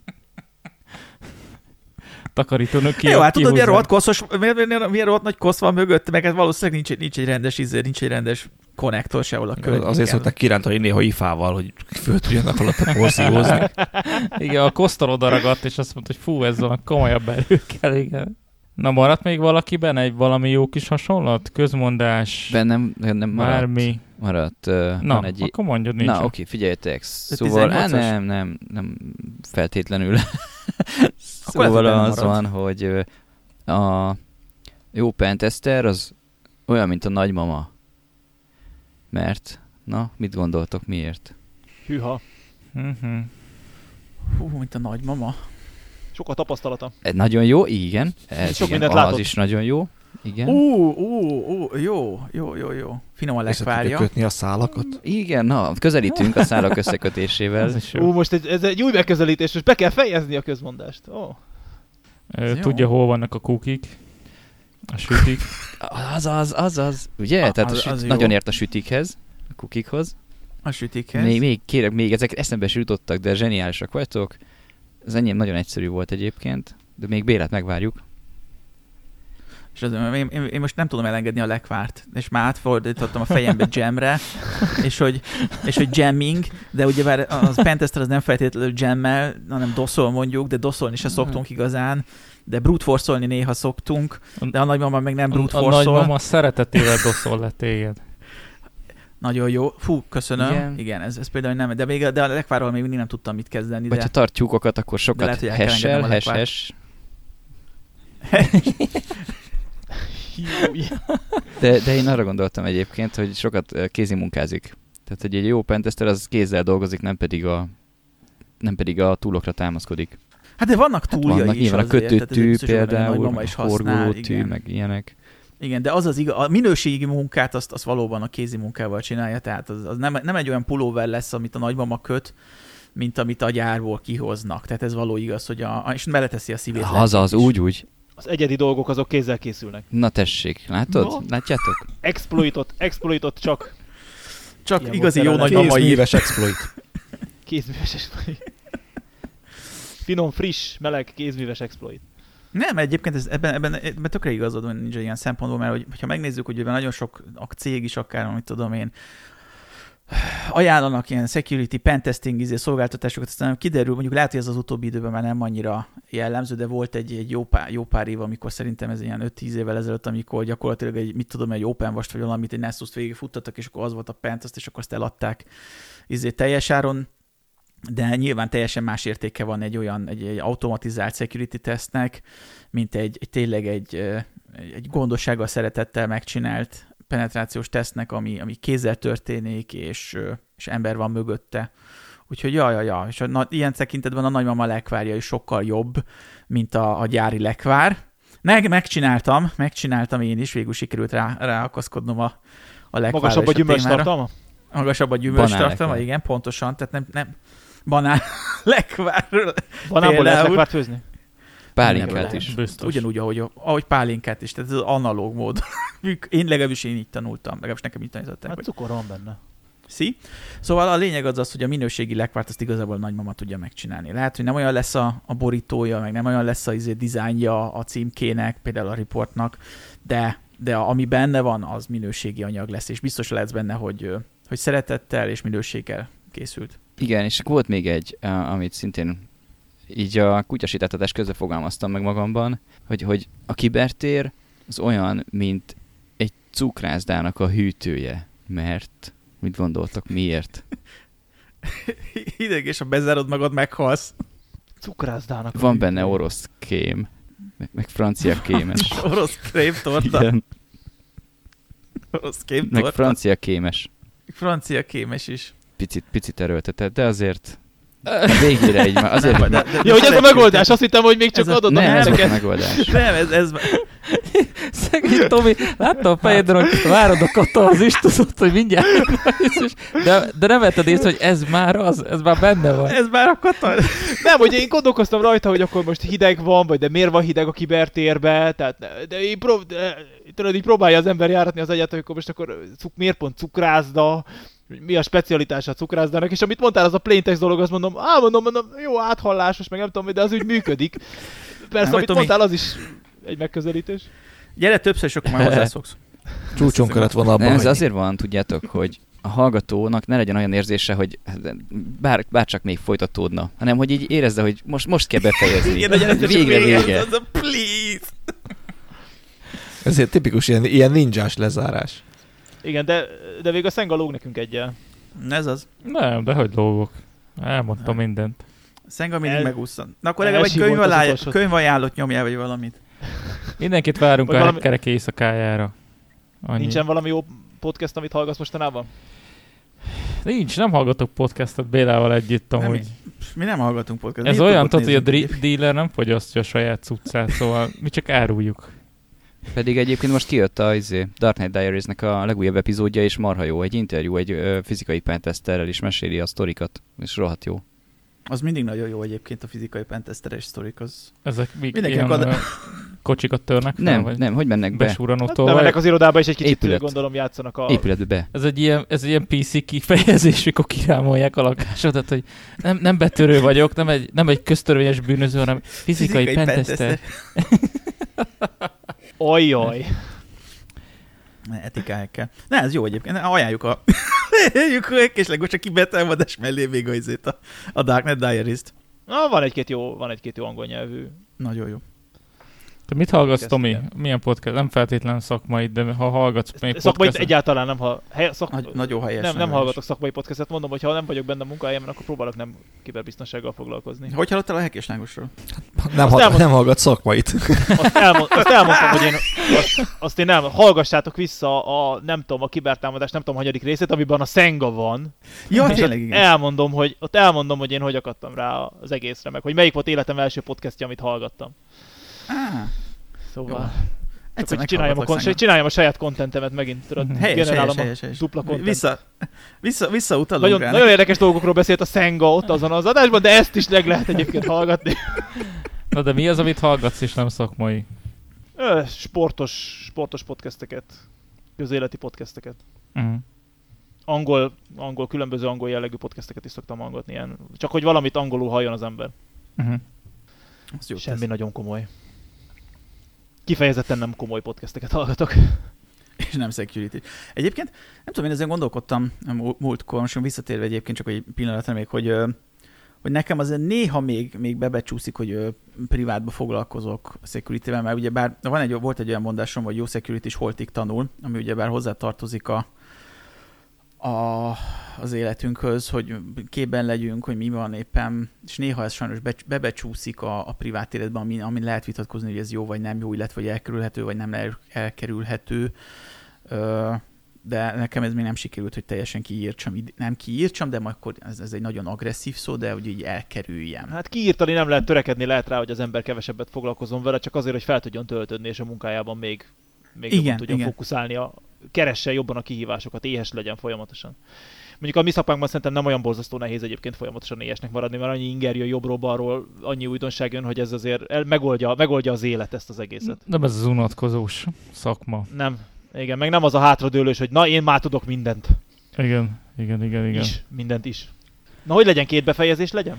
takarítónő ki. Jó, hát tudod, milyen rohadt koszos, milyen rohadt nagy kosz van mögött, meg valószínűleg nincs egy rendes konnektor sehol a környéken. Azért szokták kirántani néha ifával, hogy föl tudjanak alatt a porszívózni. Igen, a kosztor odaragadt, és azt mondta, hogy fú, ez van a komolyabb erőkkel, igen. Na, maradt még valakiben valami jó kis hasonlat? Közmondás? Bennem maradt. Bármi. Maradt. Na, akkor mondjad, nincs. Na, oké, figyeljetek. Szóval, nem feltétlenül. Szóval az van, hogy a jó pentester az olyan, mint a nagymama. Mert, na, mit gondoltok, miért? Hűha. Hú, mint a nagymama. Sok a tapasztalata. Nagyon jó, igen. Sok igen, mindent az látott. is nagyon jó. Igen. Jó. Finom a lekvárja. Össze kötni a szálakat. Igen, na, közelítünk a szálak összekötésével. Most ez egy új megközelítés, most be kell fejezni a közmondást. Tudja, hol vannak a kukik, a sütik. Azaz. Ugye? Tehát az nagyon ért a sütikhez, a kukikhoz. A sütikhez. Még ezek eszembe is jutottak, de zseniálisak vagytok. Az enyém nagyon egyszerű volt egyébként, de még Bélát megvárjuk. És én most nem tudom elengedni a lekvárt, és már átfordítottam a fejembe jamre, és hogy jamming, de ugye az pentester az nem feltétlenül jammel, hanem doszol mondjuk, de doszolni se szoktunk igazán, de brute force-olni néha szoktunk, de a nagymama meg nem brute force-ol. A nagymama szeretetével doszol le téged. Nagyon jó. Fú, köszönöm. Igen, ez például nem, de a lekvárral még mindig nem tudtam mit kezdeni. Vagy ha tart tyúkokat, akkor sokat hessel, hash. De én arra gondoltam egyébként, hogy sokat kézimunkázik. Tehát, hogy egy jó pentester az kézzel dolgozik, nem pedig a túlokra támaszkodik. Hát de vannak túljai vannak, is nyilván azért. A kötőtű például, a forgolótű, meg ilyenek. Igen, de az a minőségi munkát azt valóban a kézi munkával csinálja, tehát az nem egy olyan pulóver lesz, amit a nagymama köt, mint amit a gyárból kihoznak. Tehát ez való igaz, hogy és beleteszi a szívét. Azaz, úgy. Az egyedi dolgok azok kézzel készülnek. Na tessék, látod? No. Látjátok? Exploitot csak igazi jó nagymamai. Kézműves exploit. Kézműves exploit. Finom, friss, meleg, kézműves exploit. Nem, egyébként ebben tökre igazad van nincs ilyen szempontból, mert hogyha megnézzük, hogy nagyon sok a cég is akár, amit tudom én, ajánlanak ilyen security, pentesting szolgáltatásokat, aztán kiderül, mondjuk lehet, hogy ez az utóbbi időben már nem annyira jellemző, de volt egy jó pár év, amikor szerintem ez ilyen 5-10 évvel ezelőtt, amikor gyakorlatilag egy OpenWast vagy valamit, egy Nessus-t végigfuttattak, és akkor az volt a pentest, és akkor azt eladták teljes áron, de nyilván teljesen más értéke van egy automatizált security testnek, mint tényleg egy gondossággal, szeretettel megcsinált penetrációs tesztnek, ami kézzel történik, és ember van mögötte. Úgyhogy és ilyen tekintetben a nagymama lekvárja is sokkal jobb, mint a gyári lekvár. Megcsináltam én is, végül sikerült ráakaszkodnom a lekvárra. Magasabb a gyümölcstartalma? Magasabb a gyümölcstartalma, igen, pontosan. Tehát nem banán lekvárról. Banánból lehet lekvárt főzni? Pálinkát is. Biztos. Ugyanúgy, ahogy pálinkát is, tehát ez az analóg mód. Legalábbis én így tanultam, legalábbis nekem így tanították. Hát cukor van benne. Szóval a lényeg az, hogy a minőségi lekvárt azt igazából nagymama tudja megcsinálni. Lehet, hogy nem olyan lesz a borítója, meg nem olyan lesz a dizájnja a címkének, például a riportnak, de ami benne van, az minőségi anyag lesz, és biztos lehetsz benne, hogy szeretettel és minőséggel készült. Igen, és volt még egy, amit szintén így a kutyasítáltatás közben fogalmaztam meg magamban, hogy a kibertér az olyan, mint egy cukrászdának a hűtője. Mert mit gondoltak, miért? Hideg, és ha bezárod magad, meghalsz. Cukrászdának. Van benne orosz kém, meg francia kémes. Orosz krémtorta? Igen. Orosz kémtorta? Meg francia kémes. Francia kémes is. Picit erőltetett, de azért végére így már. Azért Ja, hogy ez a megoldás, azt hittem, hogy még csak adod a nem, ez helyeket. a megoldás. Nem, ez Szegény Tomi, láttam a fejedben, hogy várod a katarzist, tudod, hogy mindjárt de nem vetted észre, hogy ez már az, ez már benne van. Ez már a katar. Nem, hogy én gondolkoztam rajta, hogy akkor most hideg van, vagy de miért van hideg a kibertérbe, tehát de így próbálja az ember járatni az egyet, hogy akkor miért pont cukrászda, mi a specialitása a cukrászdának, és amit mondtál, az a plaintext dolog, azt mondom, jó áthallásos, meg nem tudom, de az úgy működik. Persze, amit mondtál, az is egy megközelítés. Gyere többször, és akkor már hozzászoksz. Csúcson kellett volna abban. Nem, ez azért van, tudjátok, hogy a hallgatónak ne legyen olyan érzése, hogy bár csak még folytatódna, hanem hogy így érezze, hogy most kell befejezni. Igen, vége. Please! Ezért tipikus ilyen ninjás lezárás. Igen, de végül a Szenga lóg nekünk egyel. Ez az. Nem, de hogy lógok. Elmondtam mindent. Szenga mindig megúszta. Na akkor legalább egy könyvajánlót nyomjál, vagy valamit. Mindenkit várunk a hekkerek éjszakájára. Annyi. Nincsen valami jó podcast, amit hallgatsz mostanában? Nincs, nem hallgatok podcastot Bélával együtt amúgy. Mi nem hallgatunk podcastot. Ez olyan, tudod, hogy a dealer nem fogyasztja a saját cuccát, szóval mi csak áruljuk. Pedig egyébként most kijött a Dark Knight Diaries-nek a legújabb epizódja, és marha jó. Egy interjú, egy fizikai pentesterrel is meséli a sztorikat, és rohadt jó. Az mindig nagyon jó egyébként a fizikai pentesteres sztorik, az... Ezek ilyen kocsikat törnek fel? Nem, hogy mennek be? Besúranótól? Hát mennek az irodába, és egy kicsit épület. Gondolom játszanak a... Épületbe be. Ez egy ilyen PC kifejezés, mikor kirámolják a lakásodat, hogy nem betörő vagyok, nem egy köztörvényes bűnöző, hanem fizikai pentester. Ajjaj. Etikákkal. Ne, ez jó egyébként. Ajánljuk a késleg most a kibertámadás mellé még a Dark Knight Diaries-t. Na, van egy-két jó angol nyelvű. Nagyon jó. Te mit hallgatsz, Tomi? Milyen podcast? Nem feltétlenül szakmai, de ha hallgatsz még podcastot... Egyáltalán nem nagyon helyes. Nem hallgatok szakmai podcastet, mondom, hogy ha nem vagyok benne a munkahelyemen, akkor próbálok nem kiberbiztonsággal foglalkozni. Hogy hallottál a Hekéslángosról? Nem hallgat szakmait. Azt elmondtam, hogy én nem. Hallgassátok vissza a kibertámadás, nem tudom, hanyadik részét, amiben a Szenga van. Ja, tényleg igen. Elmondom, hogy én hogy akadtam rá az egészre, meg hogy melyik volt életem első podcastja, amit hallgattam. Szóval... Csináljam a saját kontentemet megint. Helyes. Dupla kontent. Visszautalunk rá. Nagyon érdekes dolgokról beszélt a Szenga ott azon az adásban, de ezt is meg lehet egyébként hallgatni. Na de mi az, amit hallgatsz, és nem szakmai? Sportos podcasteket. Közéleti podcasteket. Uh-huh. Különböző angol jellegű podcasteket is szoktam hallgatni. Csak hogy valamit angolul halljon az ember. Uh-huh. Semmi nagyon komoly. kifejezetten nem komoly podcasteket hallgatok. És nem security. Egyébként nem tudom, én ezen gondolkodtam múltkor, most visszatérve egyébként csak egy pillanatra még, hogy nekem azért néha még bebecsúszik, hogy privátba foglalkozok a security-vel, mert ugyebár volt egy olyan mondásom, hogy jó security is holtig tanul, ami ugyebár hozzátartozik az életünkhöz, hogy képben legyünk, hogy mi van éppen, és néha ez sajnos bebecsúszik a privát életben, amin lehet vitatkozni, hogy ez jó vagy nem jó, illetve hogy elkerülhető, vagy nem elkerülhető. De nekem ez még nem sikerült, hogy teljesen nem kiírtsam, de akkor ez egy nagyon agresszív szó, de hogy így elkerüljem. Hát kiírtani nem lehet, törekedni lehet rá, hogy az ember kevesebbet foglalkozom vele, csak azért, hogy fel tudjon töltődni, és a munkájában még jobban tudjon fókuszálni, keresse jobban a kihívásokat, éhes legyen folyamatosan. Mondjuk a mi szakmánkban szerintem nem olyan borzasztó nehéz egyébként folyamatosan éhesnek maradni, mert annyi inger jön jobbról-balról, annyi újdonság jön, hogy ez azért megoldja az élet ezt az egészet. Nem ez az unatkozós szakma. Nem. Igen, meg nem az a hátradőlős, hogy na, én már tudok mindent. Igen. Mindent is. Na, hogy legyen 2 befejezés, legyen?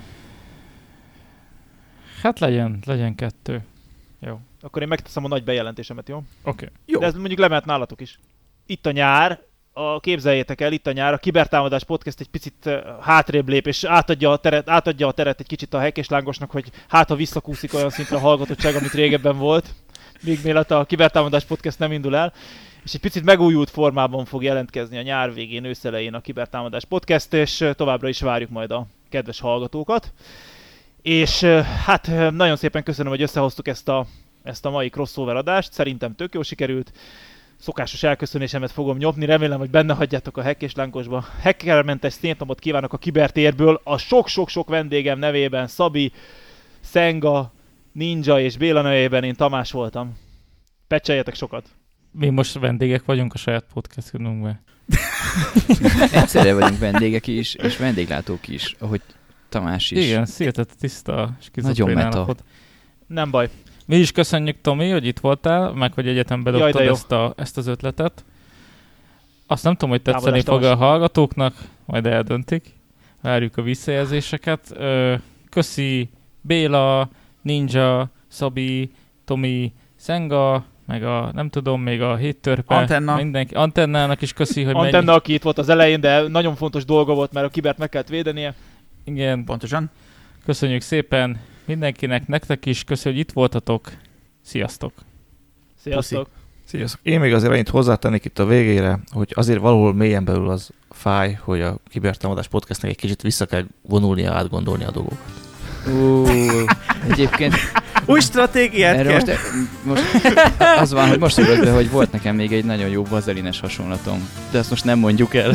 Hát legyen 2. Jó. Akkor én megteszem a nagy bejelentésemet, jó? Oké. Jó. De ez mondjuk lemehet nálatok is. Itt a nyár, képzeljétek el, itt a nyár, a Kibertámadás Podcast egy picit hátrébb lép, és átadja a teret egy kicsit a Hack és Lángosnak, hogy hát ha visszakúszik olyan szintre a hallgatottság, amit régebben volt, még mielőtt a Kibertámadás Podcast nem indul el. És egy picit megújult formában fog jelentkezni a nyár végén, őszelején a Kibertámadás Podcast, és továbbra is várjuk majd a kedves hallgatókat. És hát nagyon szépen köszönöm, hogy összehoztuk ezt a mai crossover adást, szerintem tök jó sikerült. Szokásos elköszönésemet fogom nyomni, remélem, hogy benne hagyjátok a Hack és Lángosba. Hackermentes szénapot kívánok a Kibertérből, a sok-sok-sok vendégem nevében, Szabi, Szenga, Ninja és Béla nevében én Tamás voltam. Pecseljetek sokat! Mi most vendégek vagyunk a saját podcastunkban. Egyszerre vagyunk vendégek is, és vendéglátók is, ahogy Tamás is. Igen, szétet tiszta és nagyon meta. Nem baj. Mi is köszönjük, Tomi, hogy itt voltál, meg hogy egyetembe dobtad ezt az ötletet. Azt nem tudom, hogy tetszeni fog a hallgatóknak, majd eldöntik. Várjuk a visszajelzéseket. Köszi Béla, Ninja, Szabi, Tomi, Szenga, meg nem tudom, még a Héttörpe. Antenna. Mindenki. Antennának is köszi, hogy Antenna, aki itt volt az elején, de nagyon fontos dolga volt, mert a Kibert meg kellett védenie. Igen. Pontosan. Köszönjük szépen mindenkinek, nektek is. Köszönjük, hogy itt voltatok. Sziasztok. Sziasztok. Sziasztok. Én még azért annyit hozzátennék itt a végére, hogy azért valahol mélyen belül az fáj, hogy a Kibertámadás Podcastnek egy kicsit vissza kell vonulnia, átgondolni a dolgokat. Egyébként új stratégiát kell. Most az van, hogy most ugrott be, hogy volt nekem még egy nagyon jó vazelines hasonlatom, de ezt most nem mondjuk el.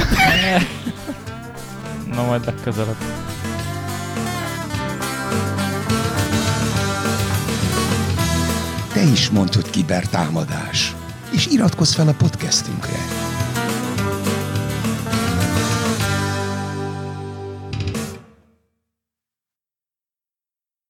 Na majd legközelebb. Te is mondd, hogy kibertámadás, és iratkozz fel a podcastünkre.